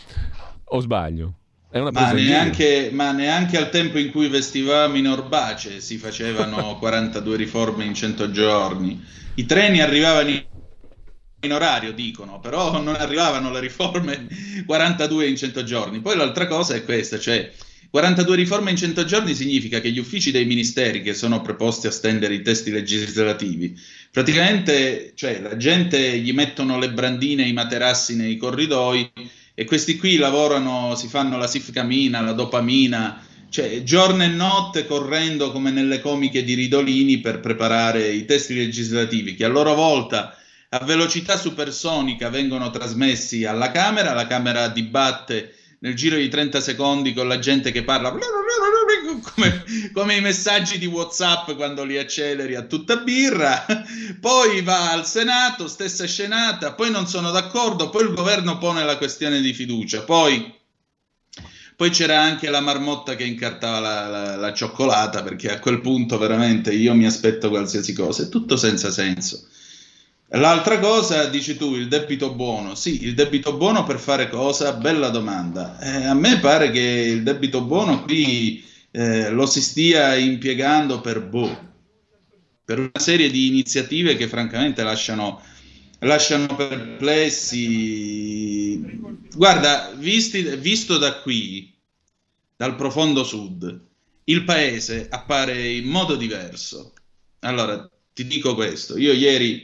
O sbaglio? È una ma, neanche, ma neanche al tempo in cui vestiva Minor Bace si facevano quarantadue riforme in cento giorni. I treni arrivavano in in orario, dicono, però non arrivavano le riforme quarantadue in cento giorni. Poi l'altra cosa è questa, cioè quarantadue riforme in cento giorni significa che gli uffici dei ministeri che sono preposti a stendere i testi legislativi, praticamente, cioè la gente gli mettono le brandine, i materassi nei corridoi e questi qui lavorano, si fanno la sifcamina, la dopamina, cioè giorno e notte correndo come nelle comiche di Ridolini per preparare i testi legislativi che a loro volta a velocità supersonica vengono trasmessi alla Camera, la Camera dibatte nel giro di trenta secondi con la gente che parla come, come i messaggi di WhatsApp quando li acceleri a tutta birra, poi va al Senato, stessa scenata, poi non sono d'accordo, poi il governo pone la questione di fiducia, poi, poi c'era anche la marmotta che incartava la, la, la cioccolata, perché a quel punto veramente io mi aspetto qualsiasi cosa, è tutto senza senso. L'altra cosa, dici tu, il debito buono. Sì, il debito buono per fare cosa? Bella domanda. Eh, a me pare che il debito buono qui eh, lo si stia impiegando per, boh, per una serie di iniziative che francamente lasciano, lasciano perplessi. Guarda, visti, visto da qui, dal profondo sud, il paese appare in modo diverso. Allora, ti dico questo. Io ieri,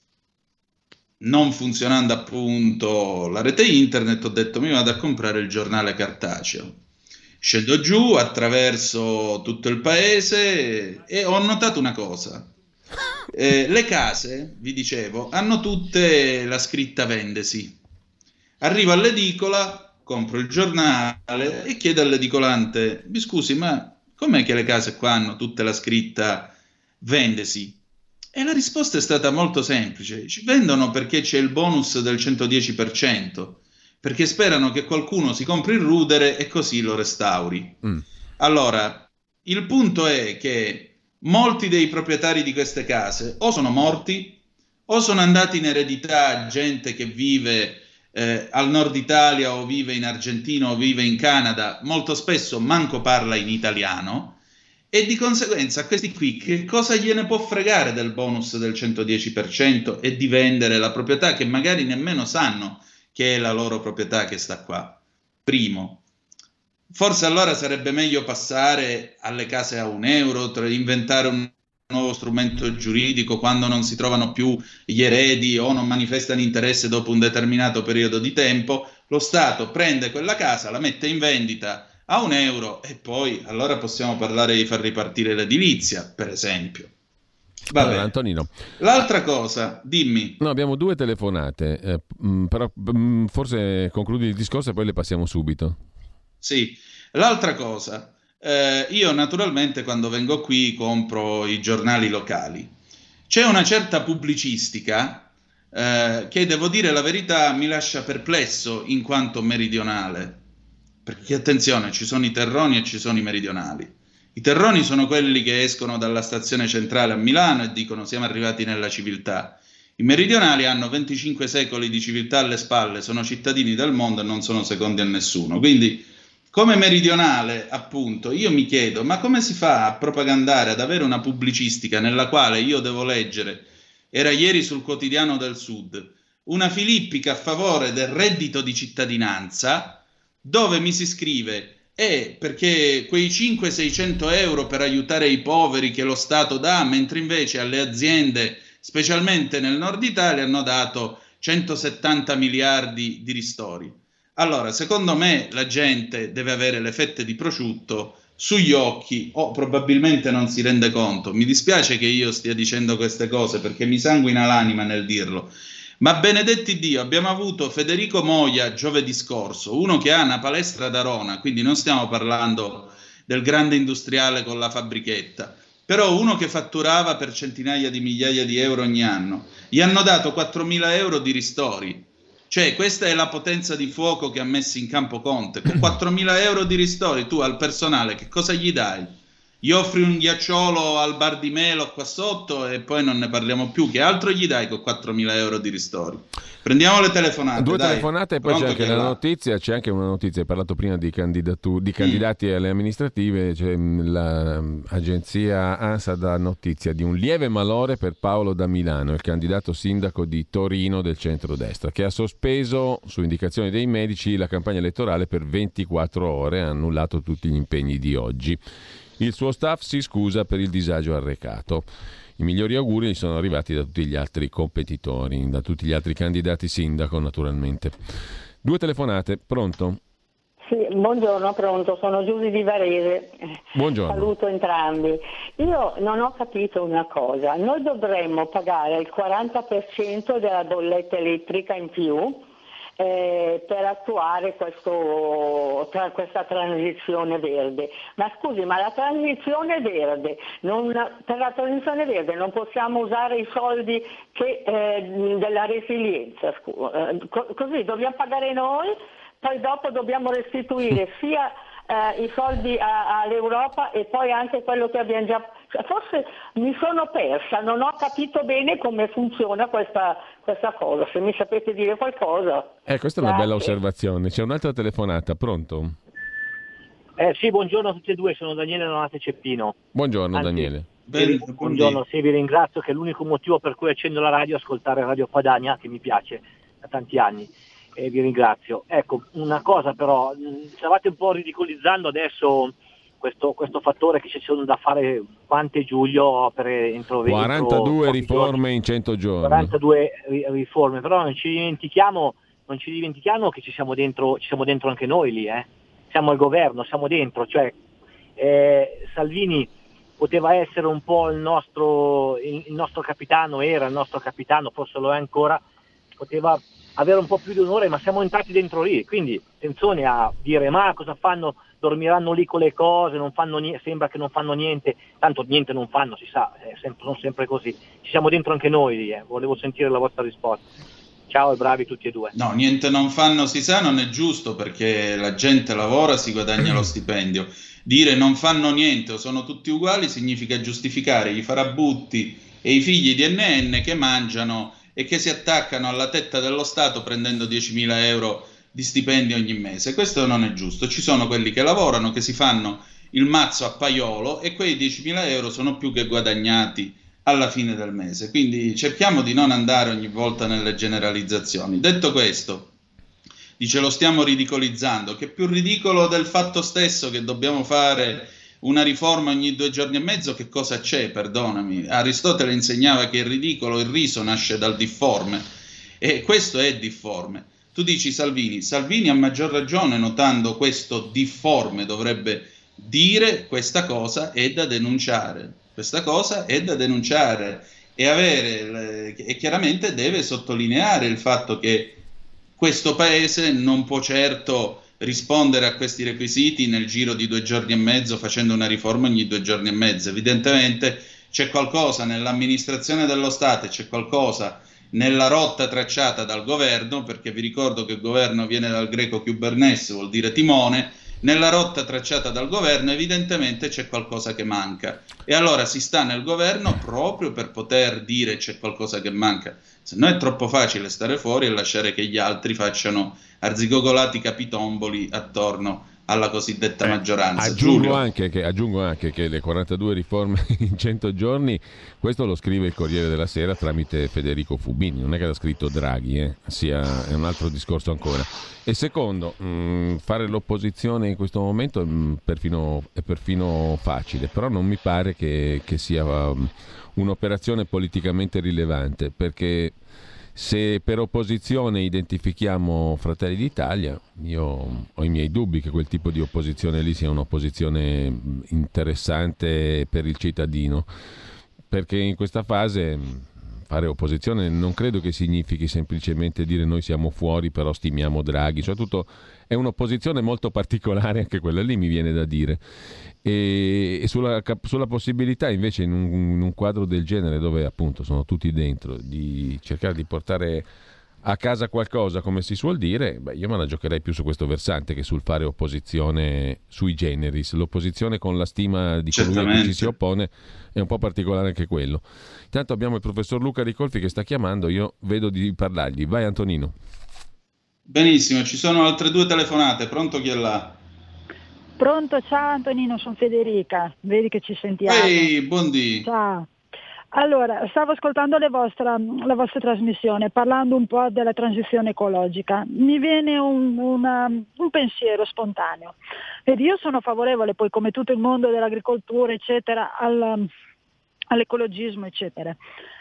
non funzionando appunto la rete internet, ho detto mi vado a comprare il giornale cartaceo. Scendo giù attraverso tutto il paese e ho notato una cosa. Eh, le case, vi dicevo, hanno tutte la scritta vendesi. Arrivo all'edicola, compro il giornale e chiedo all'edicolante, mi scusi, ma com'è che le case qua hanno tutte la scritta vendesi? E la risposta è stata molto semplice, ci vendono perché c'è il bonus del centodieci per cento, perché sperano che qualcuno si compri il rudere e così lo restauri. Mm. Allora, il punto è che molti dei proprietari di queste case o sono morti o sono andati in eredità a gente che vive eh, al nord Italia o vive in Argentina o vive in Canada, molto spesso manco parla in italiano. E di conseguenza a questi qui che cosa gliene può fregare del bonus del centodieci per cento e di vendere la proprietà che magari nemmeno sanno che è la loro proprietà che sta qua? Primo. Forse allora sarebbe meglio passare alle case a un euro, inventare un nuovo strumento giuridico quando non si trovano più gli eredi o non manifestano interesse dopo un determinato periodo di tempo. Lo Stato prende quella casa, la mette in vendita a un euro e poi allora possiamo parlare di far ripartire l'edilizia, per esempio. Vabbè. Allora, Antonino. L'altra cosa, dimmi. No, abbiamo due telefonate, eh, mh, però mh, forse concludi il discorso e poi le passiamo subito. Sì, l'altra cosa, eh, io naturalmente quando vengo qui compro i giornali locali. C'è una certa pubblicistica eh, che, devo dire la verità, mi lascia perplesso in quanto meridionale. Perché attenzione, ci sono i terroni e ci sono i meridionali. I terroni sono quelli che escono dalla stazione centrale a Milano e dicono siamo arrivati nella civiltà. I meridionali hanno venticinque secoli di civiltà alle spalle, sono cittadini del mondo e non sono secondi a nessuno. Quindi, come meridionale, appunto, io mi chiedo, ma come si fa a propagandare, ad avere una pubblicistica nella quale io devo leggere, era ieri sul Quotidiano del Sud, una filippica a favore del reddito di cittadinanza, dove mi si scrive è perché quei cinquecento seicento euro per aiutare i poveri che lo Stato dà, mentre invece alle aziende, specialmente nel nord Italia, hanno dato centosettanta miliardi di ristori. Allora, secondo me la gente deve avere le fette di prosciutto sugli occhi o probabilmente non si rende conto. Mi dispiace che io stia dicendo queste cose perché mi sanguina l'anima nel dirlo. Ma benedetti Dio, abbiamo avuto Federico Moia giovedì scorso, uno che ha una palestra ad Arona, quindi non stiamo parlando del grande industriale con la fabbrichetta, però uno che fatturava per centinaia di migliaia di euro ogni anno. Gli hanno dato quattromila euro di ristori. Cioè, questa è la potenza di fuoco che ha messo in campo Conte. Con quattromila euro di ristori tu al personale che cosa gli dai? Gli offri un ghiacciolo al bar di Melo qua sotto e poi non ne parliamo più. Che altro gli dai con quattromila euro di ristori? Prendiamo le telefonate. Due dai. telefonate e poi Pronto, c'è anche la notizia. C'è anche una notizia. Hai parlato prima di, candidatu- di candidati mm. alle amministrative. C'è l'agenzia ANSA dà notizia di un lieve malore per Paolo da Milano, il candidato sindaco di Torino del centrodestra, che ha sospeso su indicazione dei medici la campagna elettorale per ventiquattro ore e ha annullato tutti gli impegni di oggi. Il suo staff si scusa per il disagio arrecato. I migliori auguri gli sono arrivati da tutti gli altri competitori, da tutti gli altri candidati sindaco, naturalmente. Due telefonate, pronto? Sì, buongiorno, pronto, sono Giusy di Varese. Buongiorno. Saluto entrambi. Io non ho capito una cosa, noi dovremmo pagare il quaranta per cento della bolletta elettrica in più Eh, per attuare questo, tra, questa transizione verde. Ma scusi, ma la transizione verde, non, per la transizione verde non possiamo usare i soldi che, eh, della resilienza, scu- eh, co- così dobbiamo pagare noi, poi dopo dobbiamo restituire sia eh, i soldi a, all'Europa e poi anche quello che abbiamo già... Forse mi sono persa, non ho capito bene come funziona questa, questa cosa, se mi sapete dire qualcosa. Eh, questa è una bella osservazione. C'è un'altra telefonata, pronto? Eh, sì, buongiorno a tutti e due, sono Daniele Nonate Ceppino. Buongiorno. Anzi, Daniele. Vi, buongiorno, sì, vi ringrazio, che è l'unico motivo per cui accendo la radio, ascoltare Radio Padania, che mi piace da tanti anni, e vi ringrazio. Ecco, una cosa però, stavate un po' ridicolizzando adesso questo, questo fattore che ci sono da fare quante Giulio per entro venti quarantadue riforme giorni, in cento giorni. quarantadue riforme, però non ci dimentichiamo, non ci dimentichiamo che ci siamo dentro, ci siamo dentro anche noi lì, eh. Siamo al governo, siamo dentro, cioè eh, Salvini poteva essere un po' il nostro, il, il nostro capitano, era il nostro capitano, forse lo è ancora, poteva avere un po' più di onore, ma siamo entrati dentro lì, quindi attenzione a dire ma cosa fanno, dormiranno lì con le cose, non fanno niente, sembra che non fanno niente, tanto niente non fanno, si sa, è sempre, sono sempre così, ci siamo dentro anche noi lì, eh. Volevo sentire la vostra risposta. Ciao e bravi tutti e due. No, niente non fanno, si sa, non è giusto, perché la gente lavora, si guadagna lo stipendio. Dire non fanno niente o sono tutti uguali significa giustificare i farabutti e i figli di N N che mangiano e che si attaccano alla tetta dello Stato prendendo diecimila euro di stipendio ogni mese. Questo non è giusto. Ci sono quelli che lavorano, che si fanno il mazzo a paiolo e quei diecimila euro sono più che guadagnati alla fine del mese. Quindi cerchiamo di non andare ogni volta nelle generalizzazioni. Detto questo, dice lo stiamo ridicolizzando, che è più ridicolo del fatto stesso che dobbiamo fare una riforma ogni due giorni e mezzo. Che cosa c'è? Perdonami, Aristotele insegnava che il ridicolo, il riso nasce dal difforme, e questo è difforme. Tu dici Salvini, Salvini a maggior ragione, notando questo difforme, dovrebbe dire questa cosa è da denunciare, questa cosa è da denunciare e avere, e chiaramente deve sottolineare il fatto che questo paese non può certo rispondere a questi requisiti nel giro di due giorni e mezzo facendo una riforma ogni due giorni e mezzo. Evidentemente c'è qualcosa nell'amministrazione dello Stato, c'è qualcosa nella rotta tracciata dal governo, perché vi ricordo che il governo viene dal greco Kubernes, vuol dire timone. Nella rotta tracciata dal governo evidentemente c'è qualcosa che manca, e allora si sta nel governo proprio per poter dire c'è qualcosa che manca. Se no è troppo facile stare fuori e lasciare che gli altri facciano arzigogolati capitomboli attorno alla cosiddetta maggioranza. Eh, aggiungo, anche che, aggiungo anche che le quarantadue riforme in cento giorni, questo lo scrive il Corriere della Sera tramite Federico Fubini, non è che l'ha scritto Draghi, eh, sia, è un altro discorso ancora. E secondo, mh, fare l'opposizione in questo momento mh, perfino, è perfino facile, però non mi pare che, che sia um, un'operazione politicamente rilevante, perché se per opposizione identifichiamo Fratelli d'Italia, io ho i miei dubbi che quel tipo di opposizione lì sia un'opposizione interessante per il cittadino, perché in questa fase fare opposizione non credo che significhi semplicemente dire noi siamo fuori però stimiamo Draghi, soprattutto è un'opposizione molto particolare anche quella lì, mi viene da dire. E, e sulla, sulla possibilità invece in un, in un quadro del genere dove appunto sono tutti dentro di cercare di portare a casa qualcosa, come si suol dire, beh, io me la giocherei più su questo versante che sul fare opposizione sui generis. L'opposizione con la stima di colui che ci si oppone è un po' particolare anche quello. Intanto abbiamo il professor Luca Ricolfi che sta chiamando, io vedo di parlargli. Vai Antonino. Benissimo, ci sono altre due telefonate, pronto, chi è là? Pronto, ciao Antonino, sono Federica, vedi che ci sentiamo. Ehi, buondì. Ciao. Allora, stavo ascoltando le vostra, la vostra trasmissione, parlando un po' della transizione ecologica. Mi viene un, una, un pensiero spontaneo. Vedi, io sono favorevole, poi come tutto il mondo dell'agricoltura, eccetera, al, all'ecologismo, eccetera.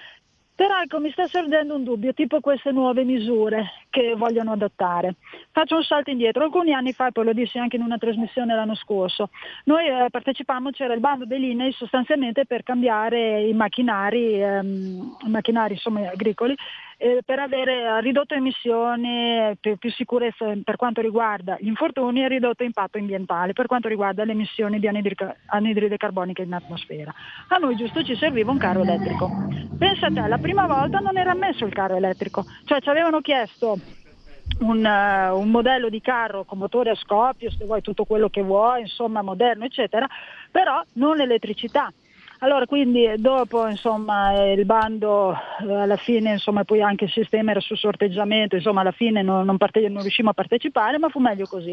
Però ecco, mi sta sorgendo un dubbio, tipo queste nuove misure che vogliono adottare. Faccio un salto indietro. Alcuni anni fa, poi lo dissi anche in una trasmissione l'anno scorso, noi eh, partecipammo, c'era il bando dell'I N E I sostanzialmente per cambiare i macchinari, ehm, i macchinari insomma, agricoli, eh, per avere ridotto emissioni, più, più sicurezza per quanto riguarda gli infortuni e ridotto impatto ambientale per quanto riguarda le emissioni di anidride, anidride carbonica in atmosfera. A noi giusto ci serviva un carro elettrico. Pensa a te, la prima volta non era ammesso il carro elettrico, cioè ci avevano chiesto un, uh, un modello di carro con motore a scoppio, se vuoi tutto quello che vuoi, insomma moderno eccetera, però non l'elettricità. Allora quindi dopo insomma il bando eh, alla fine insomma poi anche il sistema era su sorteggiamento, insomma alla fine non, non, parte, non riuscimmo a partecipare, ma fu meglio così.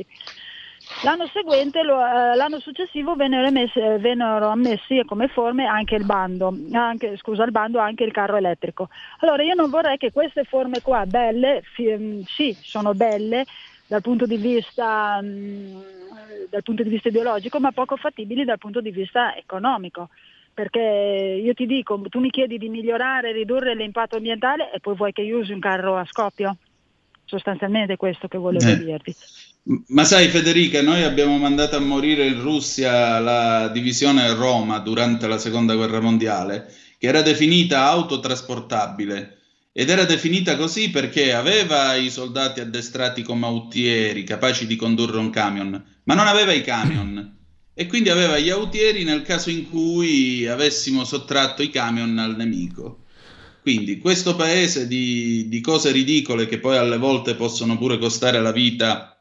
L'anno seguente, lo, eh, l'anno successivo vennero, emessi, eh, vennero ammessi come forme anche il bando, anche, scusa il bando anche il carro elettrico. Allora io non vorrei che queste forme qua belle, fi, sì sono belle dal punto di vista mh, dal punto di vista ideologico, ma poco fattibili dal punto di vista economico. Perché io ti dico, tu mi chiedi di migliorare, ridurre l'impatto ambientale e poi vuoi che io usi un carro a scoppio? Sostanzialmente è questo che volevo eh. dirti. Ma sai Federica, noi abbiamo mandato a morire in Russia la divisione Roma durante la seconda guerra mondiale, che era definita autotrasportabile, ed era definita così perché aveva i soldati addestrati come autieri, capaci di condurre un camion, ma non aveva i camion. E quindi aveva gli autieri nel caso in cui avessimo sottratto i camion al nemico. Quindi questo paese di, di cose ridicole che poi alle volte possono pure costare la vita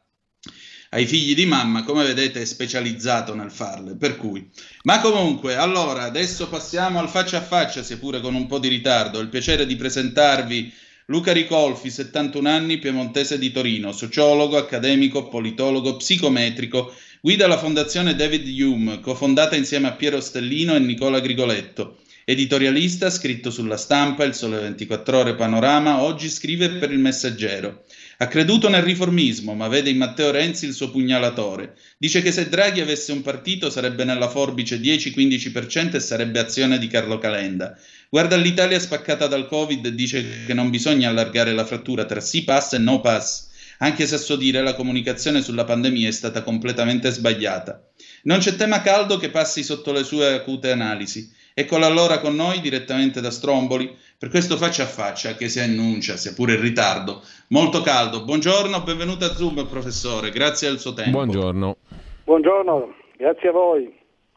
ai figli di mamma, come vedete è specializzato nel farle, per cui. Ma comunque, allora, adesso passiamo al faccia a faccia, sia pure con un po' di ritardo. Ho il piacere di presentarvi Luca Ricolfi, settantuno anni, piemontese di Torino, sociologo, accademico, politologo, psicometrico, Guida la fondazione David Hume, cofondata insieme a Piero Stellino e Nicola Grigoletto. Editorialista, scritto sulla Stampa, Il Sole ventiquattro Ore, Panorama, oggi scrive per Il Messaggero. Ha creduto nel riformismo, ma vede in Matteo Renzi il suo pugnalatore. Dice che se Draghi avesse un partito sarebbe nella forbice dieci quindici per cento e sarebbe Azione di Carlo Calenda. Guarda l'Italia spaccata dal Covid e dice che non bisogna allargare la frattura tra sì pass e no pass, anche se a suo dire la comunicazione sulla pandemia è stata completamente sbagliata. Non c'è tema caldo che passi sotto le sue acute analisi. Eccola allora con noi direttamente da Stromboli per questo faccia a faccia che si annuncia, sia pure in ritardo, molto caldo. Buongiorno, benvenuto a Zoom professore, grazie al suo tempo. Buongiorno. Buongiorno, grazie a voi.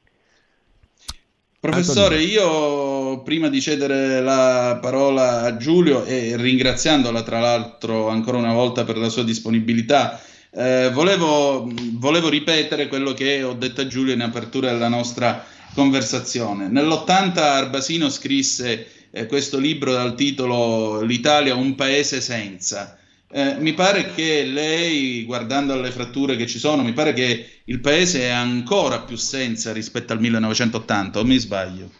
Professore, io prima di cedere la parola a Giulio e ringraziandola tra l'altro ancora una volta per la sua disponibilità, eh, volevo, volevo ripetere quello che ho detto a Giulio in apertura della nostra conversazione. Nell'ottanta Arbasino scrisse eh, questo libro dal titolo L'Italia un paese senza. Eh, mi pare che lei, guardando alle fratture che ci sono, mi pare che il paese è ancora più senza rispetto al millenovecentottanta, o mi sbaglio?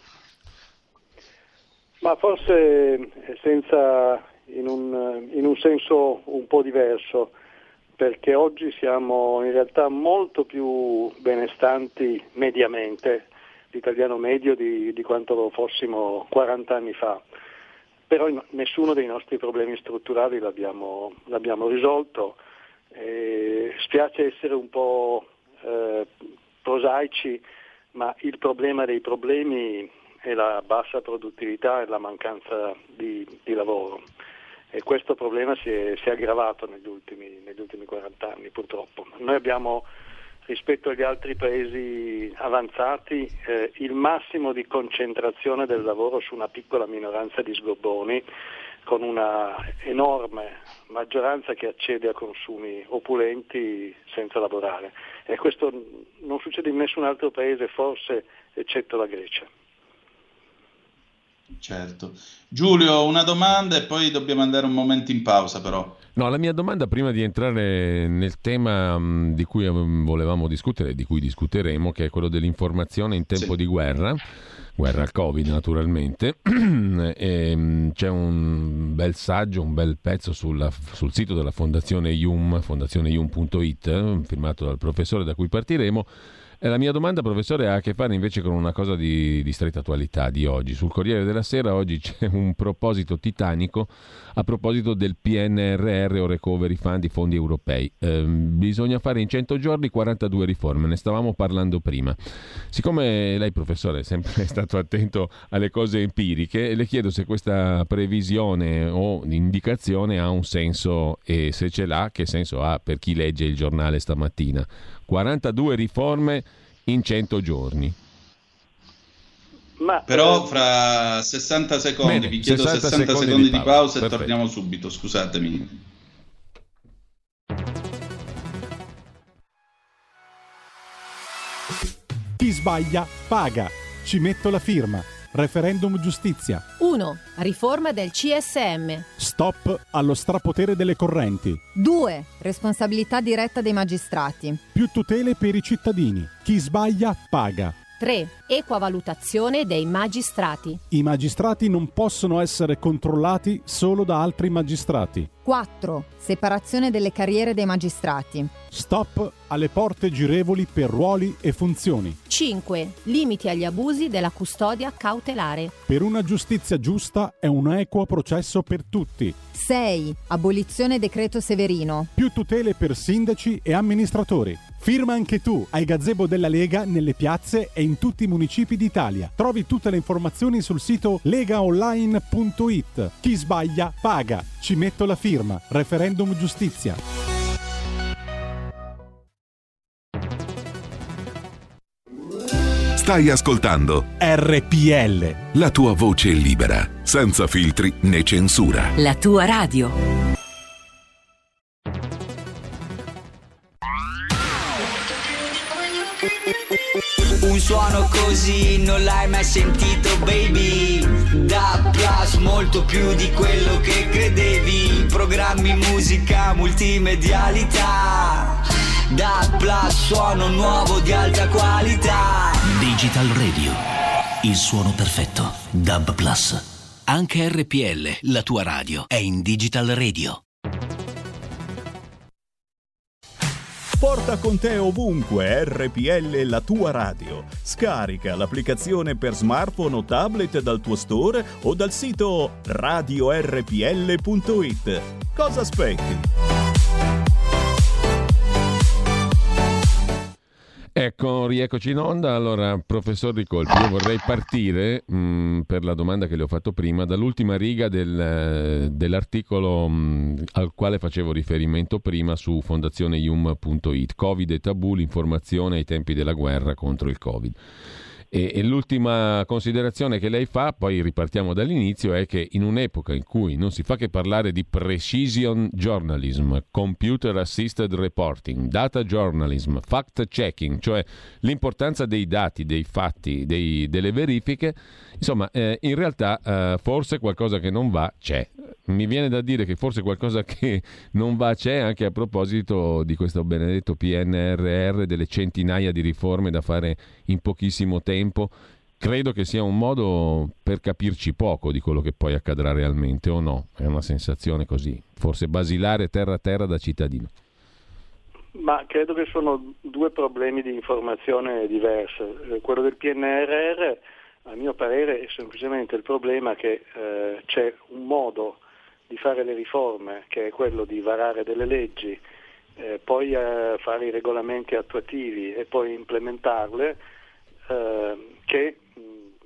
Ma forse senza in un, in un senso un po' diverso, perché oggi siamo in realtà molto più benestanti mediamente, l'italiano medio, di, di quanto lo fossimo quaranta anni fa. Però nessuno dei nostri problemi strutturali l'abbiamo, l'abbiamo risolto. E spiace essere un po' eh, prosaici, ma il problema dei problemi è la bassa produttività e la mancanza di, di lavoro. E questo problema si è, si è aggravato negli ultimi, negli ultimi quaranta anni, purtroppo. Noi abbiamo, rispetto agli altri paesi avanzati, eh, il massimo di concentrazione del lavoro su una piccola minoranza di sgobboni, con una enorme maggioranza che accede a consumi opulenti senza lavorare. E questo non succede in nessun altro paese, forse eccetto la Grecia. Certo. Giulio, una domanda e poi dobbiamo andare un momento in pausa però. No, la mia domanda, prima di entrare nel tema mh, di cui um, volevamo discutere, di cui discuteremo, che è quello dell'informazione in tempo sì. di guerra, guerra al Covid naturalmente, e, mh, c'è un bel saggio, un bel pezzo sulla, sul sito della Fondazione Hume, fondazione hume punto it, firmato dal professore da cui partiremo. E la mia domanda, professore, ha a che fare invece con una cosa di, di stretta attualità di oggi. Sul Corriere della Sera oggi c'è un proposito titanico a proposito del P N R R o Recovery Fund, i fondi europei. Eh, bisogna fare in cento giorni quarantadue riforme, ne stavamo parlando prima. Siccome lei, professore, è sempre stato attento alle cose empiriche, le chiedo se questa previsione o indicazione ha un senso e se ce l'ha, che senso ha per chi legge il giornale stamattina. quarantadue riforme in cento giorni. Ma, però fra sessanta secondi, bene, vi chiedo sessanta, sessanta secondi, secondi di pausa, di pausa e perfetto. Torniamo subito, scusatemi. Chi sbaglia paga. Ci metto la firma. Referendum giustizia. uno. Riforma del C S M. Stop allo strapotere delle correnti. due. Responsabilità diretta dei magistrati. Più tutele per i cittadini. Chi sbaglia paga. tre. Equa valutazione dei magistrati. I magistrati non possono essere controllati solo da altri magistrati. quattro. Separazione delle carriere dei magistrati. Stop alle porte girevoli per ruoli e funzioni. cinque. Limiti agli abusi della custodia cautelare. Per una giustizia giusta e un equo processo per tutti. sei. Abolizione decreto Severino. Più tutele per sindaci e amministratori. Firma anche tu ai gazebo della Lega nelle piazze e in tutti i municipi d'Italia. Trovi tutte le informazioni sul sito legaonline punto it. Chi sbaglia paga. Ci metto la firma. Referendum giustizia. Stai ascoltando R P L. La tua voce libera, senza filtri né censura. La tua radio. Un suono così non l'hai mai sentito, baby. Da Plus, molto più di quello che credevi. Programmi, musica, multimedialità. Da Plus, suono nuovo di alta qualità. Digital Radio, il suono perfetto. Dub Plus. Anche R P L, la tua radio, è in Digital Radio. Porta con te ovunque R P L, la tua radio. Scarica l'applicazione per smartphone o tablet dal tuo store o dal sito radio erre pi elle punto it. Cosa aspetti? Ecco, rieccoci in onda. Allora, professor Ricolfi, io vorrei partire mh, per la domanda che le ho fatto prima dall'ultima riga del, dell'articolo mh, al quale facevo riferimento prima su fondazione ium punto it, Covid e tabù, l'informazione ai tempi della guerra contro il Covid. E, e l'ultima considerazione che lei fa, poi ripartiamo dall'inizio, è che in un'epoca in cui non si fa che parlare di precision journalism, computer assisted reporting, data journalism, fact checking, cioè l'importanza dei dati, dei fatti, dei, delle verifiche, insomma, eh, in realtà eh, forse qualcosa che non va c'è. Mi viene da dire che forse qualcosa che non va c'è anche a proposito di questo benedetto P N R R, delle centinaia di riforme da fare in pochissimo tempo. Credo che sia un modo per capirci poco di quello che poi accadrà realmente, o no? È una sensazione così, forse basilare, terra a terra da cittadino. Ma credo che sono due problemi di informazione diverse. Quello del P N R R, a mio parere, è semplicemente il problema che eh, c'è un modo di fare le riforme, che è quello di varare delle leggi, eh, poi eh, fare i regolamenti attuativi e poi implementarle, eh, che mh,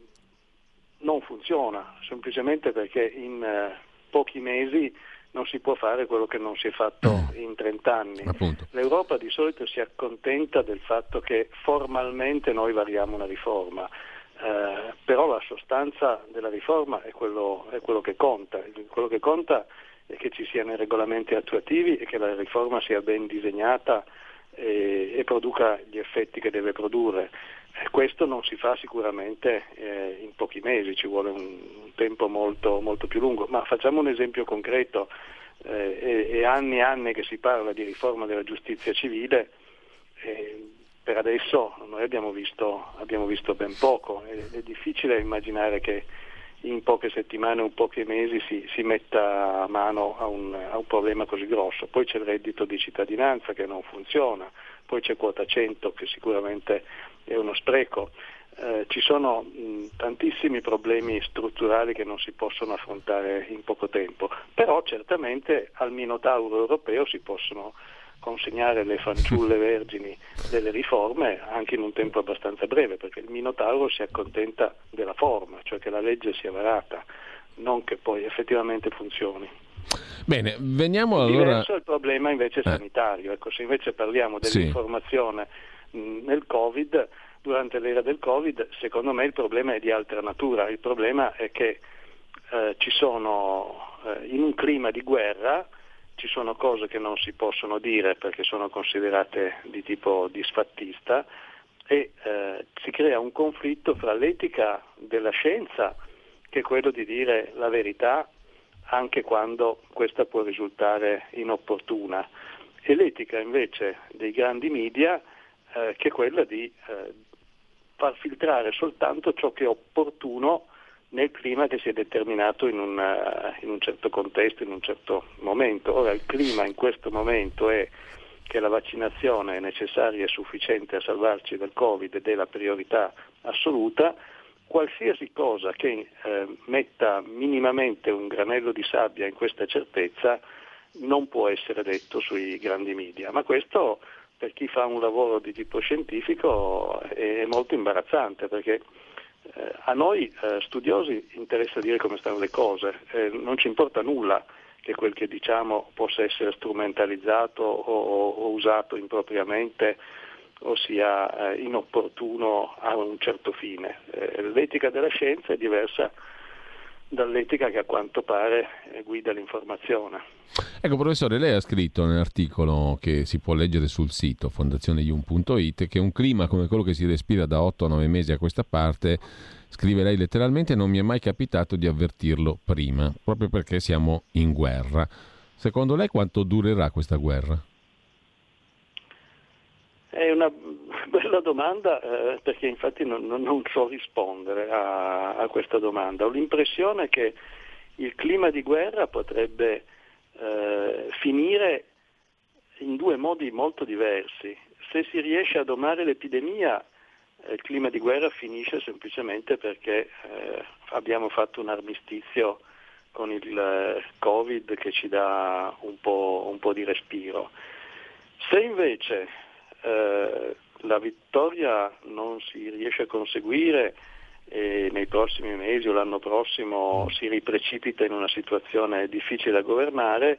non funziona, semplicemente perché in eh, pochi mesi non si può fare quello che non si è fatto in trent'anni. Appunto. L'Europa di solito si accontenta del fatto che formalmente noi variamo una riforma. Eh, però la sostanza della riforma è quello, è quello che conta. Quello che conta è che ci siano i regolamenti attuativi e che la riforma sia ben disegnata e, e produca gli effetti che deve produrre. Eh, questo non si fa sicuramente eh, in pochi mesi, ci vuole un, un tempo molto, molto più lungo. Ma facciamo un esempio concreto. Eh, è, è anni e anni che si parla di riforma della giustizia civile. Eh, Per adesso noi abbiamo visto, abbiamo visto ben poco, è, è difficile immaginare che in poche settimane o in pochi mesi si, si metta a mano a un, a un problema così grosso. Poi c'è il reddito di cittadinanza che non funziona, poi c'è quota cento che sicuramente è uno spreco. Eh, ci sono mh, tantissimi problemi strutturali che non si possono affrontare in poco tempo, però certamente al Minotauro europeo si possono consegnare le fanciulle vergini delle riforme anche in un tempo abbastanza breve, perché il Minotauro si accontenta della forma, cioè che la legge sia varata, non che poi effettivamente funzioni. Bene, veniamo allora... Diverso è il problema invece sanitario. Ecco, se invece parliamo dell'informazione sì. mh, nel Covid, durante l'era del Covid, secondo me il problema è di altra natura. Il problema è che eh, ci sono eh, in un clima di guerra ci sono cose che non si possono dire perché sono considerate di tipo disfattista e eh, si crea un conflitto fra l'etica della scienza, che è quello di dire la verità anche quando questa può risultare inopportuna, e l'etica invece dei grandi media, eh, che è quella di eh, far filtrare soltanto ciò che è opportuno nel clima che si è determinato in un, in un certo contesto, in un certo momento. Ora il clima in questo momento è che la vaccinazione è necessaria e sufficiente a salvarci dal Covid ed è la priorità assoluta. Qualsiasi cosa che eh, metta minimamente un granello di sabbia in questa certezza non può essere detto sui grandi media, ma questo per chi fa un lavoro di tipo scientifico è molto imbarazzante, perché Eh, a noi eh, studiosi interessa dire come stanno le cose, eh, non ci importa nulla che quel che diciamo possa essere strumentalizzato o, o usato impropriamente o sia eh, inopportuno a un certo fine. Eh, l'etica della scienza è diversa dall'etica che a quanto pare eh, guida l'informazione. Ecco, professore, lei ha scritto nell'articolo che si può leggere sul sito fondazione ium punto it che un clima come quello che si respira da otto a nove mesi a questa parte, scrive lei letteralmente, non mi è mai capitato di avvertirlo prima, proprio perché siamo in guerra. Secondo lei quanto durerà questa guerra? È una bella domanda, eh, perché infatti non, non, non so rispondere a, a questa domanda. Ho l'impressione che il clima di guerra potrebbe eh, finire in due modi molto diversi. Se si riesce a domare l'epidemia, il clima di guerra finisce semplicemente perché eh, abbiamo fatto un armistizio con il eh, Covid che ci dà un po', un po' di respiro. Se invece eh, la vittoria non si riesce a conseguire e nei prossimi mesi o l'anno prossimo si riprecipita in una situazione difficile da governare,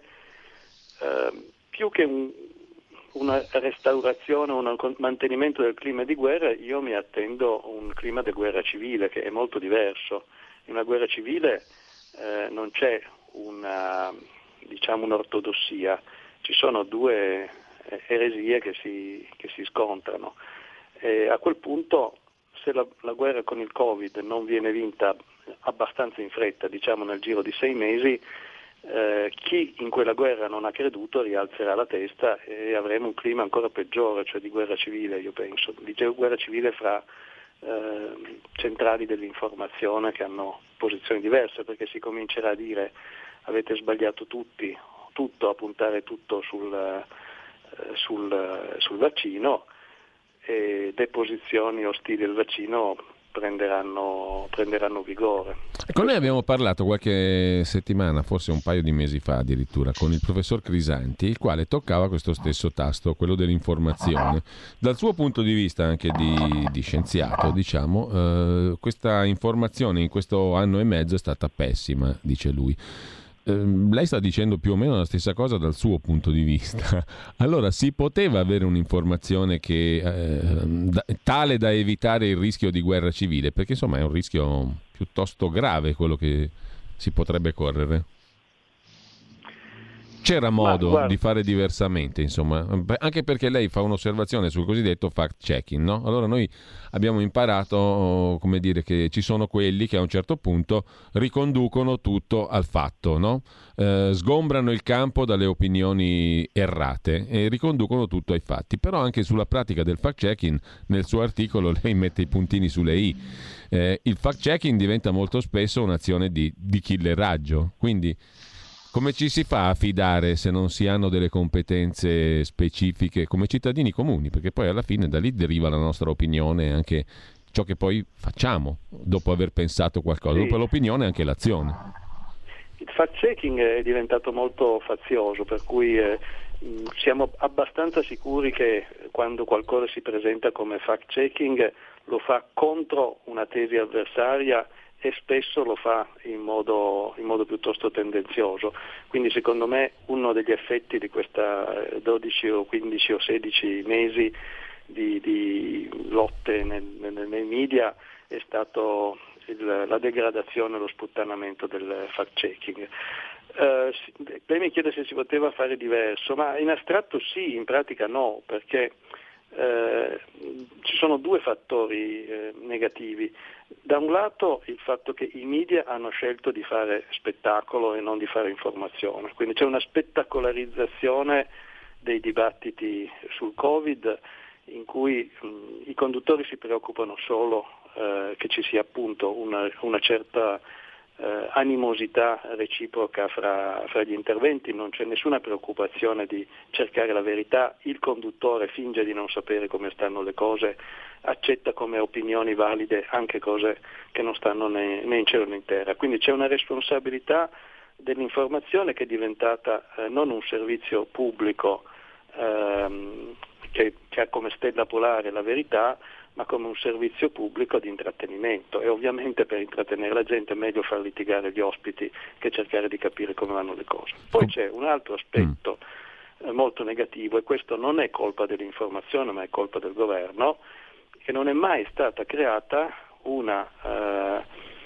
eh, più che un una restaurazione, un mantenimento del clima di guerra, io mi attendo un clima di guerra civile che è molto diverso. In una guerra civile eh, non c'è una, diciamo, un'ortodossia, ci sono due eresie che si, che si scontrano. E a quel punto, se la, la guerra con il Covid non viene vinta abbastanza in fretta, diciamo nel giro di sei mesi, Eh, chi in quella guerra non ha creduto rialzerà la testa e avremo un clima ancora peggiore, cioè di guerra civile, io penso, di guerra civile fra eh, centrali dell'informazione che hanno posizioni diverse, perché si comincerà a dire avete sbagliato tutti, tutto, a puntare tutto sul, eh, sul, sul vaccino, e le posizioni ostili al vaccino prenderanno, prenderanno vigore. Ecco, noi abbiamo parlato qualche settimana, forse un paio di mesi fa addirittura, con il professor Crisanti, il quale toccava questo stesso tasto, quello dell'informazione. Dal suo punto di vista anche di, di scienziato, diciamo, eh, questa informazione in questo anno e mezzo è stata pessima, dice lui. Lei sta dicendo più o meno la stessa cosa dal suo punto di vista. Allora, si poteva avere un'informazione che eh, da, tale da evitare il rischio di guerra civile, perché insomma è un rischio piuttosto grave quello che si potrebbe correre. C'era modo di fare diversamente, insomma, anche perché lei fa un'osservazione sul cosiddetto fact-checking, no? Allora noi abbiamo imparato, come dire, che ci sono quelli che a un certo punto riconducono tutto al fatto, no? Eh, sgombrano il campo dalle opinioni errate e riconducono tutto ai fatti. Però anche sulla pratica del fact-checking, nel suo articolo lei mette i puntini sulle i. Eh, il fact-checking diventa molto spesso un'azione di, di killeraggio, quindi come ci si fa a fidare se non si hanno delle competenze specifiche come cittadini comuni? Perché poi alla fine da lì deriva la nostra opinione e anche ciò che poi facciamo dopo aver pensato qualcosa. Sì. Dopo l'opinione anche l'azione. Il fact-checking è diventato molto fazioso, per cui eh, siamo abbastanza sicuri che quando qualcosa si presenta come fact-checking lo fa contro una tesi avversaria e spesso lo fa in modo, in modo piuttosto tendenzioso. Quindi secondo me uno degli effetti di questa dodici o quindici o sedici mesi di, di lotte nel, nel, nei media è stato il, la degradazione e lo sputtanamento del fact-checking. Uh, lei mi chiede se si poteva fare diverso, ma in astratto sì, in pratica no, perché Eh, ci sono due fattori eh, negativi. Da un lato il fatto che i media hanno scelto di fare spettacolo e non di fare informazione, quindi c'è una spettacolarizzazione dei dibattiti sul Covid in cui mh, i conduttori si preoccupano solo eh, che ci sia appunto una, una certa Eh, animosità reciproca fra, fra gli interventi, non c'è nessuna preoccupazione di cercare la verità, il conduttore finge di non sapere come stanno le cose, accetta come opinioni valide anche cose che non stanno né, né in cielo né in terra, quindi c'è una responsabilità dell'informazione che è diventata eh, non un servizio pubblico ehm, che, che ha come stella polare la verità, ma come un servizio pubblico di intrattenimento, e ovviamente per intrattenere la gente è meglio far litigare gli ospiti che cercare di capire come vanno le cose. Poi c'è un altro aspetto eh, molto negativo, e questo non è colpa dell'informazione ma è colpa del governo, che non è mai stata creata una eh,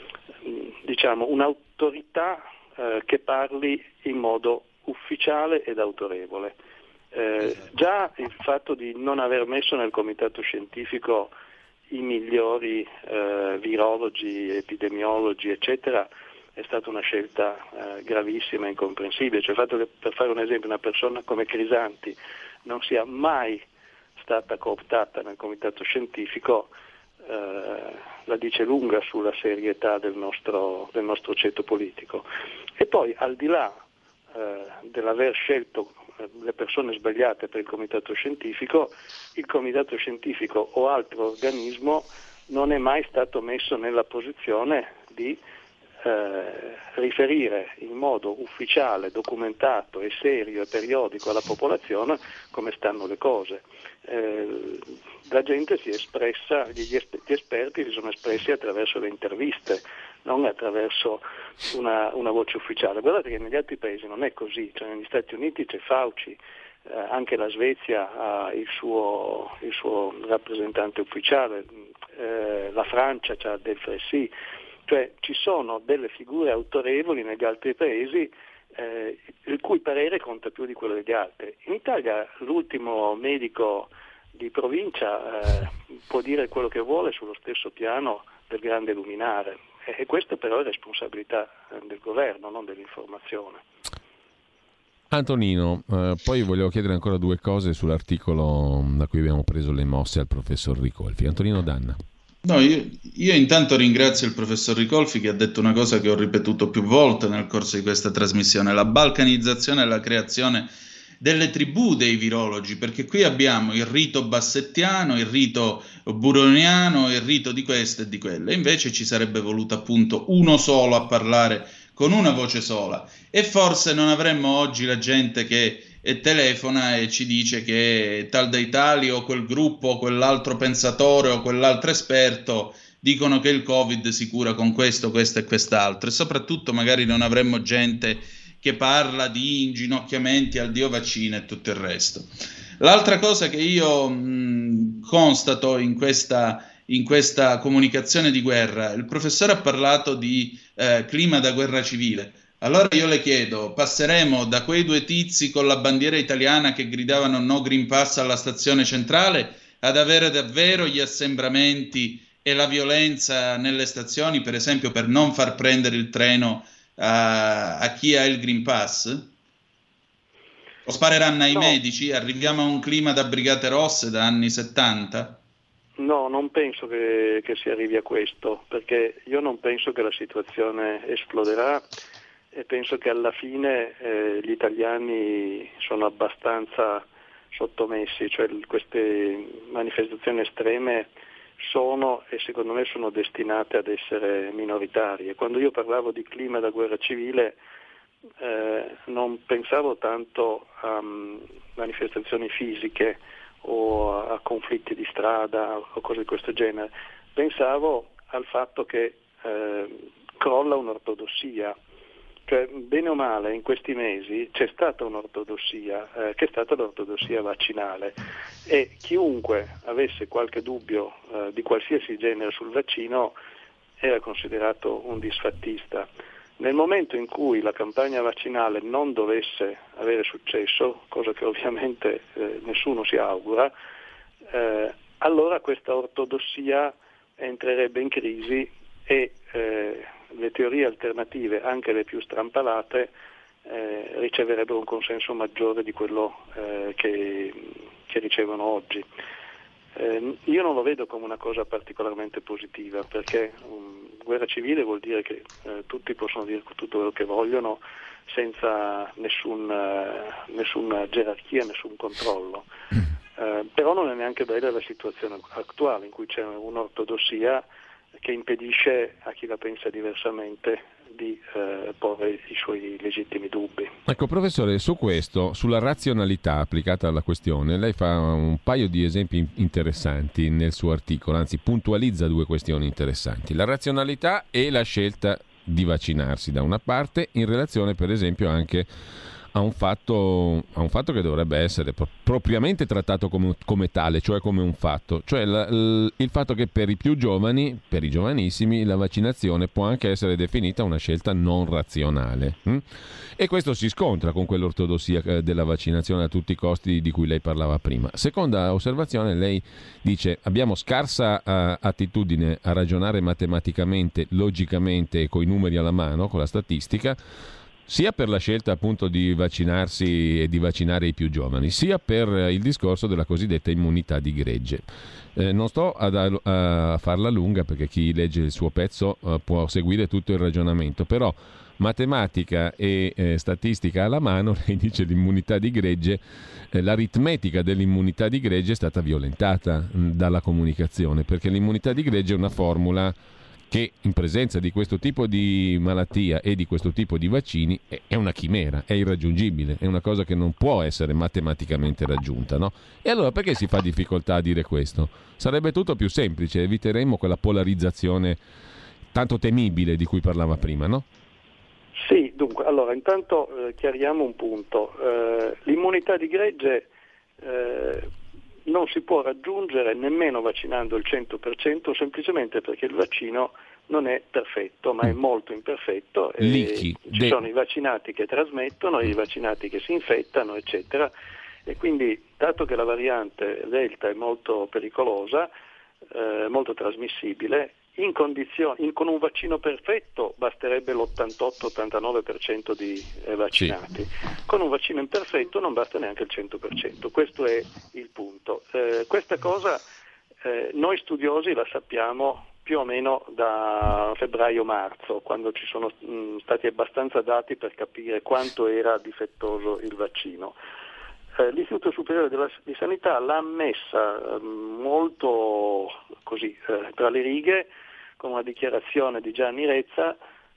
diciamo un'autorità eh, che parli in modo ufficiale ed autorevole. Eh, già il fatto di non aver messo nel comitato scientifico i migliori eh, virologi, epidemiologi, eccetera, è stata una scelta eh, gravissima e incomprensibile. Cioè il fatto che, per fare un esempio, una persona come Crisanti non sia mai stata cooptata nel comitato scientifico eh, la dice lunga sulla serietà del nostro, del nostro ceto politico. E poi, al di là eh, dell'aver scelto eh, le persone sbagliate per il comitato scientifico, il comitato scientifico o altro organismo non è mai stato messo nella posizione di eh, riferire in modo ufficiale, documentato e serio e periodico alla popolazione come stanno le cose. Eh, la gente si è espressa, gli, esp- gli esperti si sono espressi attraverso le interviste, non attraverso una, una voce ufficiale. Guardate che negli altri paesi non è così, cioè negli Stati Uniti c'è Fauci, eh, anche la Svezia ha il suo, il suo rappresentante ufficiale, eh, la Francia ha Del Fressi, cioè ci sono delle figure autorevoli negli altri paesi eh, il cui parere conta più di quello degli altri. In Italia l'ultimo medico di provincia eh, può dire quello che vuole sullo stesso piano del grande luminare, e questa però è responsabilità del governo, non dell'informazione. Antonino, eh, poi volevo chiedere ancora due cose sull'articolo da cui abbiamo preso le mosse al professor Ricolfi. Antonino Danna. No, io, io intanto ringrazio il professor Ricolfi, che ha detto una cosa che ho ripetuto più volte nel corso di questa trasmissione: la balcanizzazione e la creazione delle tribù dei virologi, perché qui abbiamo il rito bassettiano, il rito buroniano, il rito di questo e di quello, e invece ci sarebbe voluto appunto uno solo a parlare con una voce sola, e forse non avremmo oggi la gente che e telefona e ci dice che tal dei tali o quel gruppo o quell'altro pensatore o quell'altro esperto dicono che il Covid si cura con questo, questo e quest'altro, e soprattutto magari non avremmo gente che parla di inginocchiamenti al dio vaccino e tutto il resto. L'altra cosa che io mh, constato in questa, in questa comunicazione di guerra, il professore ha parlato di eh, clima da guerra civile. Allora io le chiedo, passeremo da quei due tizi con la bandiera italiana che gridavano no Green Pass alla stazione centrale ad avere davvero gli assembramenti e la violenza nelle stazioni, per esempio per non far prendere il treno a, a chi ha il Green Pass? O spareranno ai no. medici? Arriviamo a un clima da Brigate Rosse da anni settanta? No, non penso che, che si arrivi a questo, perché io non penso che la situazione esploderà. E penso che alla fine eh, gli italiani sono abbastanza sottomessi, cioè queste manifestazioni estreme sono e secondo me sono destinate ad essere minoritarie. Quando io parlavo di clima da guerra civile eh, non pensavo tanto a um, manifestazioni fisiche o a, a conflitti di strada o cose di questo genere, pensavo al fatto che eh, crolla un'ortodossia. Cioè, bene o male, in questi mesi c'è stata un'ortodossia, eh, che è stata l'ortodossia vaccinale, e chiunque avesse qualche dubbio eh, di qualsiasi genere sul vaccino era considerato un disfattista. Nel momento in cui la campagna vaccinale non dovesse avere successo, cosa che ovviamente eh, nessuno si augura, eh, allora questa ortodossia entrerebbe in crisi e eh, le teorie alternative, anche le più strampalate, eh, riceverebbero un consenso maggiore di quello eh, che, che ricevono oggi. Eh, io non lo vedo come una cosa particolarmente positiva, perché um, guerra civile vuol dire che eh, tutti possono dire tutto quello che vogliono senza nessun, eh, nessuna gerarchia, nessun controllo. Eh, però non è neanche bella la situazione attuale, in cui c'è un'ortodossia che impedisce a chi la pensa diversamente di eh, porre i suoi legittimi dubbi. Ecco, professore, su questo, sulla razionalità applicata alla questione, lei fa un paio di esempi interessanti nel suo articolo, anzi puntualizza due questioni interessanti: la razionalità e la scelta di vaccinarsi da una parte, in relazione per esempio anche a un fatto, a un fatto che dovrebbe essere pro- propriamente trattato come, come tale, cioè come un fatto, cioè la, l, il fatto che per i più giovani, per i giovanissimi, la vaccinazione può anche essere definita una scelta non razionale. Hm? E questo si scontra con quell'ortodossia eh, della vaccinazione a tutti i costi di cui lei parlava prima. Seconda osservazione, lei dice: abbiamo scarsa uh, attitudine a ragionare matematicamente, logicamente e coi numeri alla mano, con la statistica, sia per la scelta appunto di vaccinarsi e di vaccinare i più giovani, sia per il discorso della cosiddetta immunità di gregge. Eh, non sto ad, a, a farla lunga perché chi legge il suo pezzo uh, può seguire tutto il ragionamento, però matematica e eh, statistica alla mano, lei dice l'immunità di gregge, eh, l'aritmetica dell'immunità di gregge è stata violentata mh, dalla comunicazione, perché l'immunità di gregge è una formula che in presenza di questo tipo di malattia e di questo tipo di vaccini è una chimera, è irraggiungibile, è una cosa che non può essere matematicamente raggiunta, no? E allora perché si fa difficoltà a dire questo? Sarebbe tutto più semplice, eviteremmo quella polarizzazione tanto temibile di cui parlava prima, no? Sì, dunque, allora intanto eh, chiariamo un punto. Eh, l'immunità di gregge eh, non si può raggiungere nemmeno vaccinando il cento per cento, semplicemente perché il vaccino non è perfetto, ma è molto imperfetto. E Lichi, ci de- sono i vaccinati che trasmettono, i vaccinati che si infettano, eccetera. E quindi, dato che la variante Delta è molto pericolosa, eh, molto trasmissibile, in condizioni, in, con un vaccino perfetto basterebbe l'ottantotto ottantanove per cento di eh, vaccinati. Sì. Con un vaccino imperfetto non basta neanche il cento per cento. Questo è il punto. Eh, questa cosa eh, noi studiosi la sappiamo più o meno da febbraio-marzo, quando ci sono mh, stati abbastanza dati per capire quanto era difettoso il vaccino. Eh, L'Istituto Superiore della, di Sanità l'ha ammessa eh, molto così eh, tra le righe, con una dichiarazione di Gianni Rezza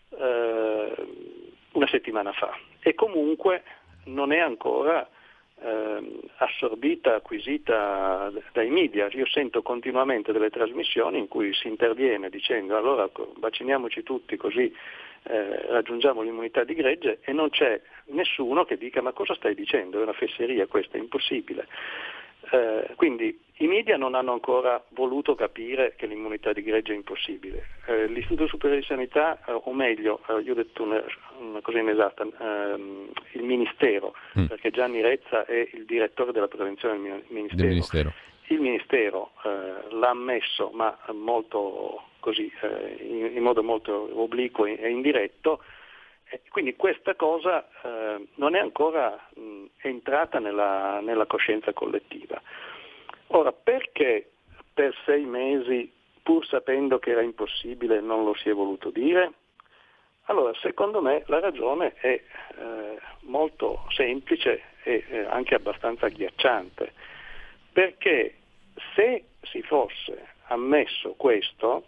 eh, una settimana fa, e comunque non è ancora eh, assorbita, acquisita dai media. Io sento continuamente delle trasmissioni in cui si interviene dicendo allora vacciniamoci tutti così eh, raggiungiamo l'immunità di gregge, e non c'è nessuno che dica ma cosa stai dicendo, è una fesseria questa, è impossibile. Eh, quindi i media non hanno ancora voluto capire che l'immunità di gregge è impossibile. Eh, L'Istituto Superiore di Sanità, eh, o meglio, eh, io ho detto una, una cosa inesatta, ehm, il Ministero, mm. perché Gianni Rezza è il direttore della prevenzione del Ministero. Del Ministero. Il Ministero eh, l'ha ammesso, ma molto così, eh, in, in modo molto obliquo e indiretto. Quindi questa cosa eh, non è ancora mh, entrata nella, nella coscienza collettiva. Ora, perché per sei mesi, pur sapendo che era impossibile, non lo si è voluto dire? Allora, secondo me la ragione è eh, molto semplice e eh, anche abbastanza agghiacciante, perché se si fosse ammesso questo,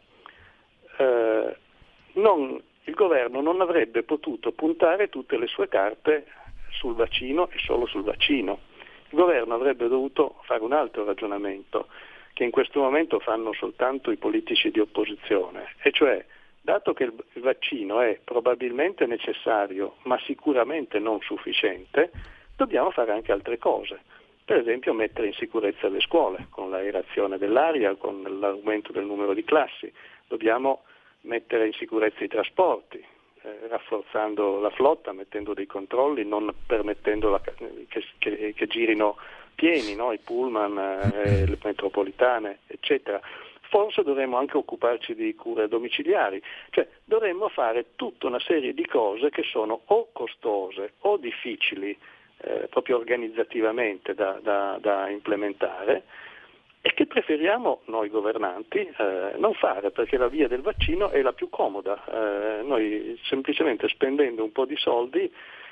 eh, non... il governo non avrebbe potuto puntare tutte le sue carte sul vaccino e solo sul vaccino. Il governo avrebbe dovuto fare un altro ragionamento, che in questo momento fanno soltanto i politici di opposizione, e cioè, dato che il vaccino è probabilmente necessario, ma sicuramente non sufficiente, dobbiamo fare anche altre cose. Per esempio mettere in sicurezza le scuole, con l'aerazione dell'aria, con l'aumento del numero di classi. Dobbiamo mettere in sicurezza i trasporti, eh, rafforzando la flotta, mettendo dei controlli, non permettendo la, che, che, che girino pieni, no? I pullman, eh, le metropolitane, eccetera. Forse dovremmo anche occuparci di cure domiciliari, cioè dovremmo fare tutta una serie di cose che sono o costose o difficili eh, proprio organizzativamente da, da, da implementare, e che preferiamo noi governanti eh, non fare, perché la via del vaccino è la più comoda. Eh, noi semplicemente spendendo un po' di soldi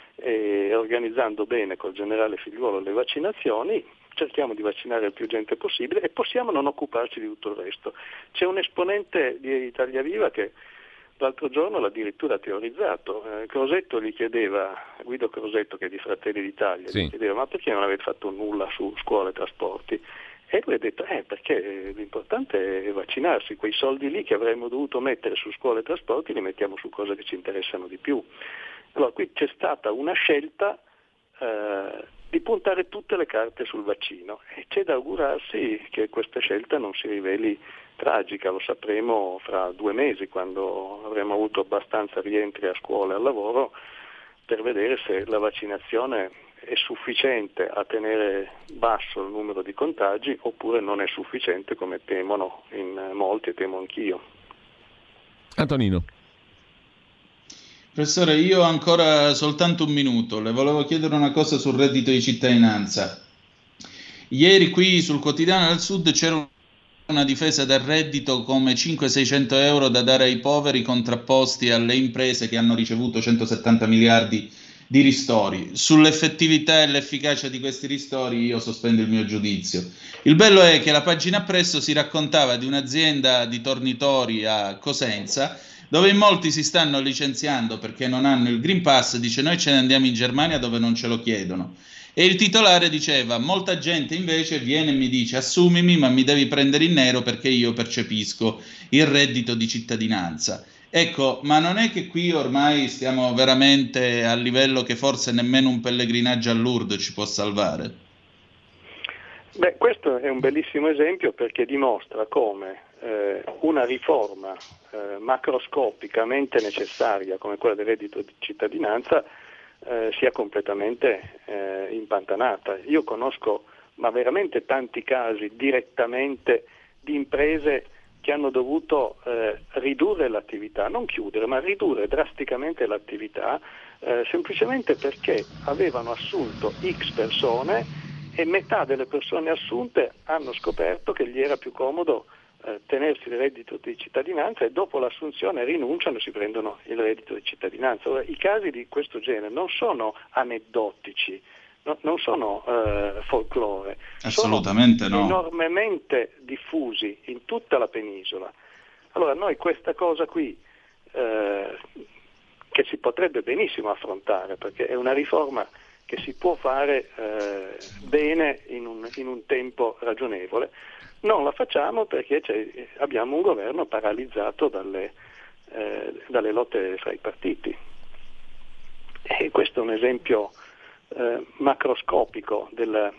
e organizzando bene col generale Figliuolo le vaccinazioni, cerchiamo di vaccinare il più gente possibile e possiamo non occuparci di tutto il resto. C'è un esponente di Italia Viva che l'altro giorno l'ha addirittura teorizzato. Eh, Crosetto gli chiedeva, Guido Crosetto, che è di Fratelli d'Italia, sì. gli chiedeva ma perché non avete fatto nulla su scuole e trasporti? E lui ha detto, eh, perché l'importante è vaccinarsi, quei soldi lì che avremmo dovuto mettere su scuole e trasporti li mettiamo su cose che ci interessano di più. Allora qui c'è stata una scelta eh, di puntare tutte le carte sul vaccino, e c'è da augurarsi che questa scelta non si riveli tragica. Lo sapremo fra due mesi, quando avremo avuto abbastanza rientri a scuola e al lavoro, per vedere se la vaccinazione è sufficiente a tenere basso il numero di contagi oppure non è sufficiente, come temono in molti, e temo anch'io. Antonino. Professore, io ho ancora soltanto un minuto, le volevo chiedere una cosa sul reddito di cittadinanza. Ieri qui sul Quotidiano del Sud c'era una difesa del reddito come cinquecento-seicento euro da dare ai poveri contrapposti alle imprese che hanno ricevuto centosettanta miliardi di ristori. Sull'effettività e l'efficacia di questi ristori io sospendo il mio giudizio. Il bello è che la pagina appresso si raccontava di un'azienda di tornitori a Cosenza dove in molti si stanno licenziando perché non hanno il Green Pass. Dice: noi ce ne andiamo in Germania dove non ce lo chiedono. E il titolare diceva: molta gente invece viene e mi dice assumimi, ma mi devi prendere in nero perché io percepisco il reddito di cittadinanza. Ecco, ma non è che qui ormai stiamo veramente a livello che forse nemmeno un pellegrinaggio a Lourdes ci può salvare? Beh, questo è un bellissimo esempio perché dimostra come eh, una riforma eh, macroscopicamente necessaria come quella del reddito di cittadinanza eh, sia completamente eh, impantanata. Io conosco ma veramente tanti casi direttamente di imprese che hanno dovuto eh, ridurre l'attività, non chiudere, ma ridurre drasticamente l'attività eh, semplicemente perché avevano assunto X persone e metà delle persone assunte hanno scoperto che gli era più comodo eh, tenersi il reddito di cittadinanza e dopo l'assunzione rinunciano e si prendono il reddito di cittadinanza. Ora, i casi di questo genere non sono aneddotici, no, non sono eh, folklore, assolutamente sono no. enormemente diffusi in tutta la penisola. Allora noi questa cosa qui eh, che si potrebbe benissimo affrontare perché è una riforma che si può fare eh, bene in un, in un tempo ragionevole, non la facciamo perché c'è, abbiamo un governo paralizzato dalle, eh, dalle lotte fra i partiti. E questo è un esempio eh, macroscopico della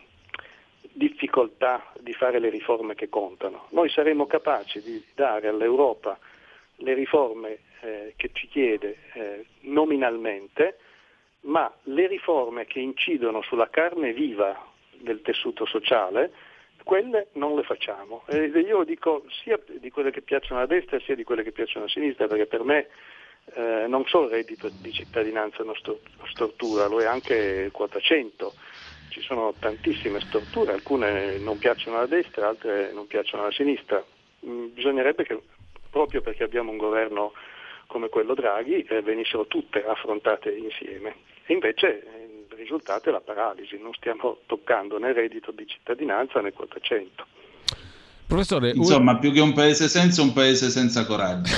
difficoltà di fare le riforme che contano. Noi saremo capaci di dare all'Europa le riforme eh, che ci chiede eh, nominalmente, ma le riforme che incidono sulla carne viva del tessuto sociale, quelle non le facciamo. E io lo dico sia di quelle che piacciono a destra sia di quelle che piacciono a sinistra, perché per me eh, non solo il reddito di cittadinanza è una stortura, lo è anche il quota cento. Ci sono tantissime storture, alcune non piacciono alla destra, altre non piacciono alla sinistra. Mm, bisognerebbe che, proprio perché abbiamo un governo come quello Draghi, eh, venissero tutte affrontate insieme. E invece eh, il risultato è la paralisi, non stiamo toccando né il reddito di cittadinanza né quota cento. Professore, insomma, più che un paese senza, un paese senza coraggio.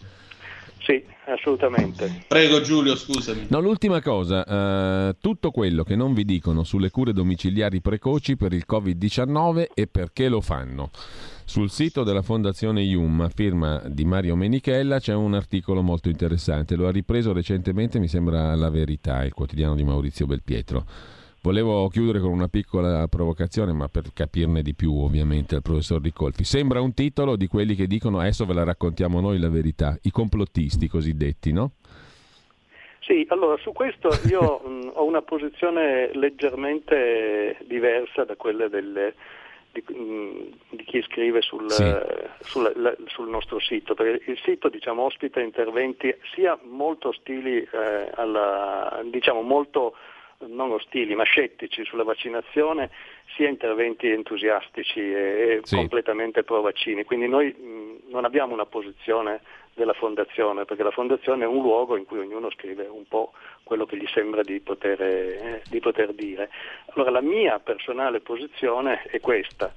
Sì, assolutamente. Prego Giulio, scusami. No, l'ultima cosa, eh, tutto quello che non vi dicono sulle cure domiciliari precoci per il covid diciannove e perché lo fanno. Sul sito della Fondazione I U M, a firma di Mario Menichella, c'è un articolo molto interessante. Lo ha ripreso recentemente, mi sembra, La Verità, il quotidiano di Maurizio Belpietro. Volevo chiudere con una piccola provocazione, ma per capirne di più, ovviamente, al professor Ricolfi. Sembra un titolo di quelli che dicono adesso ve la raccontiamo noi la verità, i complottisti cosiddetti, no? Sì, allora su questo io mh, ho una posizione leggermente diversa da quelle delle... Di, di chi scrive sul, sì. sul, la, sul nostro sito, perché il sito diciamo ospita interventi sia molto ostili eh, alla, diciamo molto non ostili ma scettici sulla vaccinazione, sia interventi entusiastici e, e sì. completamente pro vaccini, quindi noi mh, non abbiamo una posizione della fondazione, perché la fondazione è un luogo in cui ognuno scrive un po' quello che gli sembra di poter, eh, di poter dire. Allora la mia personale posizione è questa: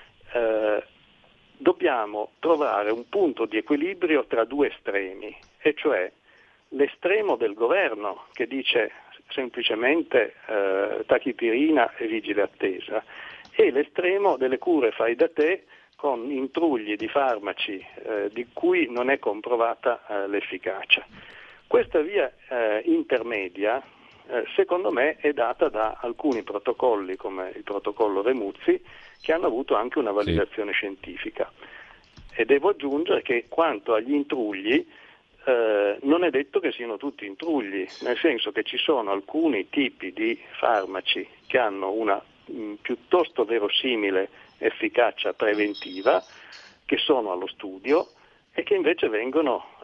eh, dobbiamo trovare un punto di equilibrio tra due estremi, e cioè l'estremo del governo che dice semplicemente eh, tachipirina e vigile attesa, e l'estremo delle cure fai da te con intrugli di farmaci eh, di cui non è comprovata eh, l'efficacia. Questa via eh, intermedia eh, secondo me è data da alcuni protocolli come il protocollo Remuzzi, che hanno avuto anche una validazione sì. scientifica, e devo aggiungere che quanto agli intrugli eh, non è detto che siano tutti intrugli, nel senso che ci sono alcuni tipi di farmaci che hanno una mh, piuttosto verosimile efficacia preventiva, che sono allo studio e che invece vengono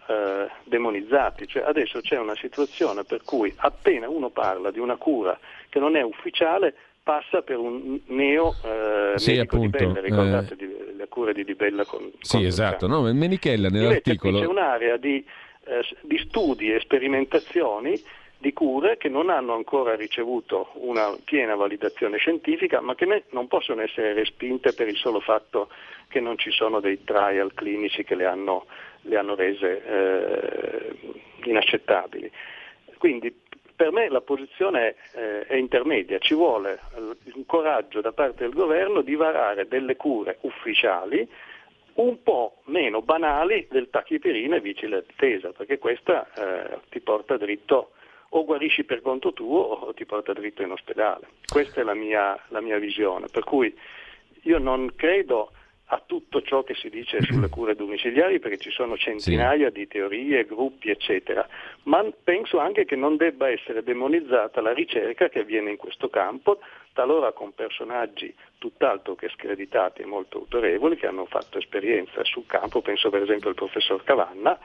eh, demonizzati, cioè adesso c'è una situazione per cui appena uno parla di una cura che non è ufficiale passa per un neo eh, sì, medico appunto, di Bella, ricordate eh... di, le cure di Di Bella con, sì con esatto, no, Menichella nell'articolo invece qui c'è un'area di, eh, di studi e sperimentazioni di cure che non hanno ancora ricevuto una piena validazione scientifica, ma che ne, non possono essere respinte per il solo fatto che non ci sono dei trial clinici che le hanno, le hanno rese eh, inaccettabili. Quindi per me la posizione è, è intermedia, ci vuole un coraggio da parte del governo di varare delle cure ufficiali un po' meno banali del tachipirina e vigile attesa, perché questa eh, ti porta dritto, o guarisci per conto tuo o ti porta dritto in ospedale. Questa è la mia, la mia visione, per cui io non credo a tutto ciò che si dice sulle cure domiciliari, perché ci sono centinaia sì. di teorie, gruppi, eccetera, ma penso anche che non debba essere demonizzata la ricerca che avviene in questo campo, talora con personaggi tutt'altro che screditati e molto autorevoli che hanno fatto esperienza sul campo, penso per esempio al professor Cavanna,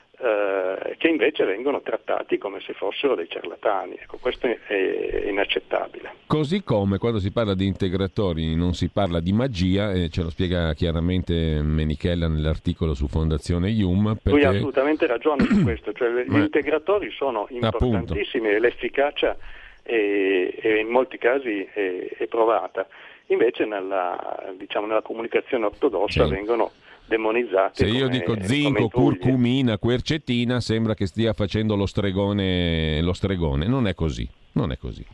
eh, che invece vengono trattati come se fossero dei ciarlatani. Ecco, questo è inaccettabile. Così come quando si parla di integratori non si parla di magia, e ce lo spiega chiaramente Menichella nell'articolo su Fondazione I U M. Perché... Lui ha assolutamente ragione su questo, cioè gli integratori sono importantissimi e l'efficacia è, è in molti casi è, è provata. Invece nella, diciamo, nella comunicazione ortodossa sì. vengono demonizzati. Se io come, dico zinco, curcumina, quercetina, sembra che stia facendo lo stregone, lo stregone. Non è così, non è così.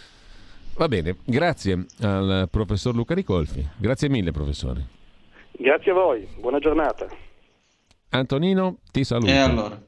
Va bene, grazie al professor Luca Ricolfi. Grazie mille, professore. Grazie a voi, buona giornata. Antonino, ti saluto. E allora?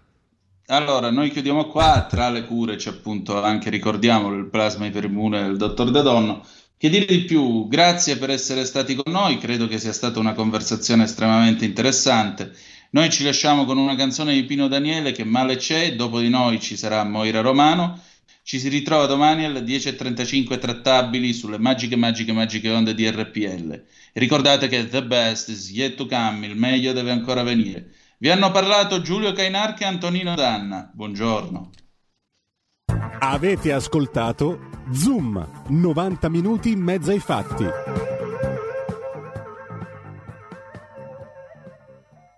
Allora, noi chiudiamo qua. Tra le cure c'è appunto anche, ricordiamolo, il plasma iperimmune del dottor Dadonno. Che dire di più? Grazie per essere stati con noi, credo che sia stata una conversazione estremamente interessante. Noi ci lasciamo con una canzone di Pino Daniele, Che male c'è, dopo di noi ci sarà Moira Romano. Ci si ritrova domani alle dieci e trentacinque trattabili sulle magiche, magiche, magiche onde di R P L. E ricordate che the best is yet to come, il meglio deve ancora venire. Vi hanno parlato Giulio Cainarca e Antonino Danna. Buongiorno. Avete ascoltato Zoom, novanta minuti in mezzo ai fatti.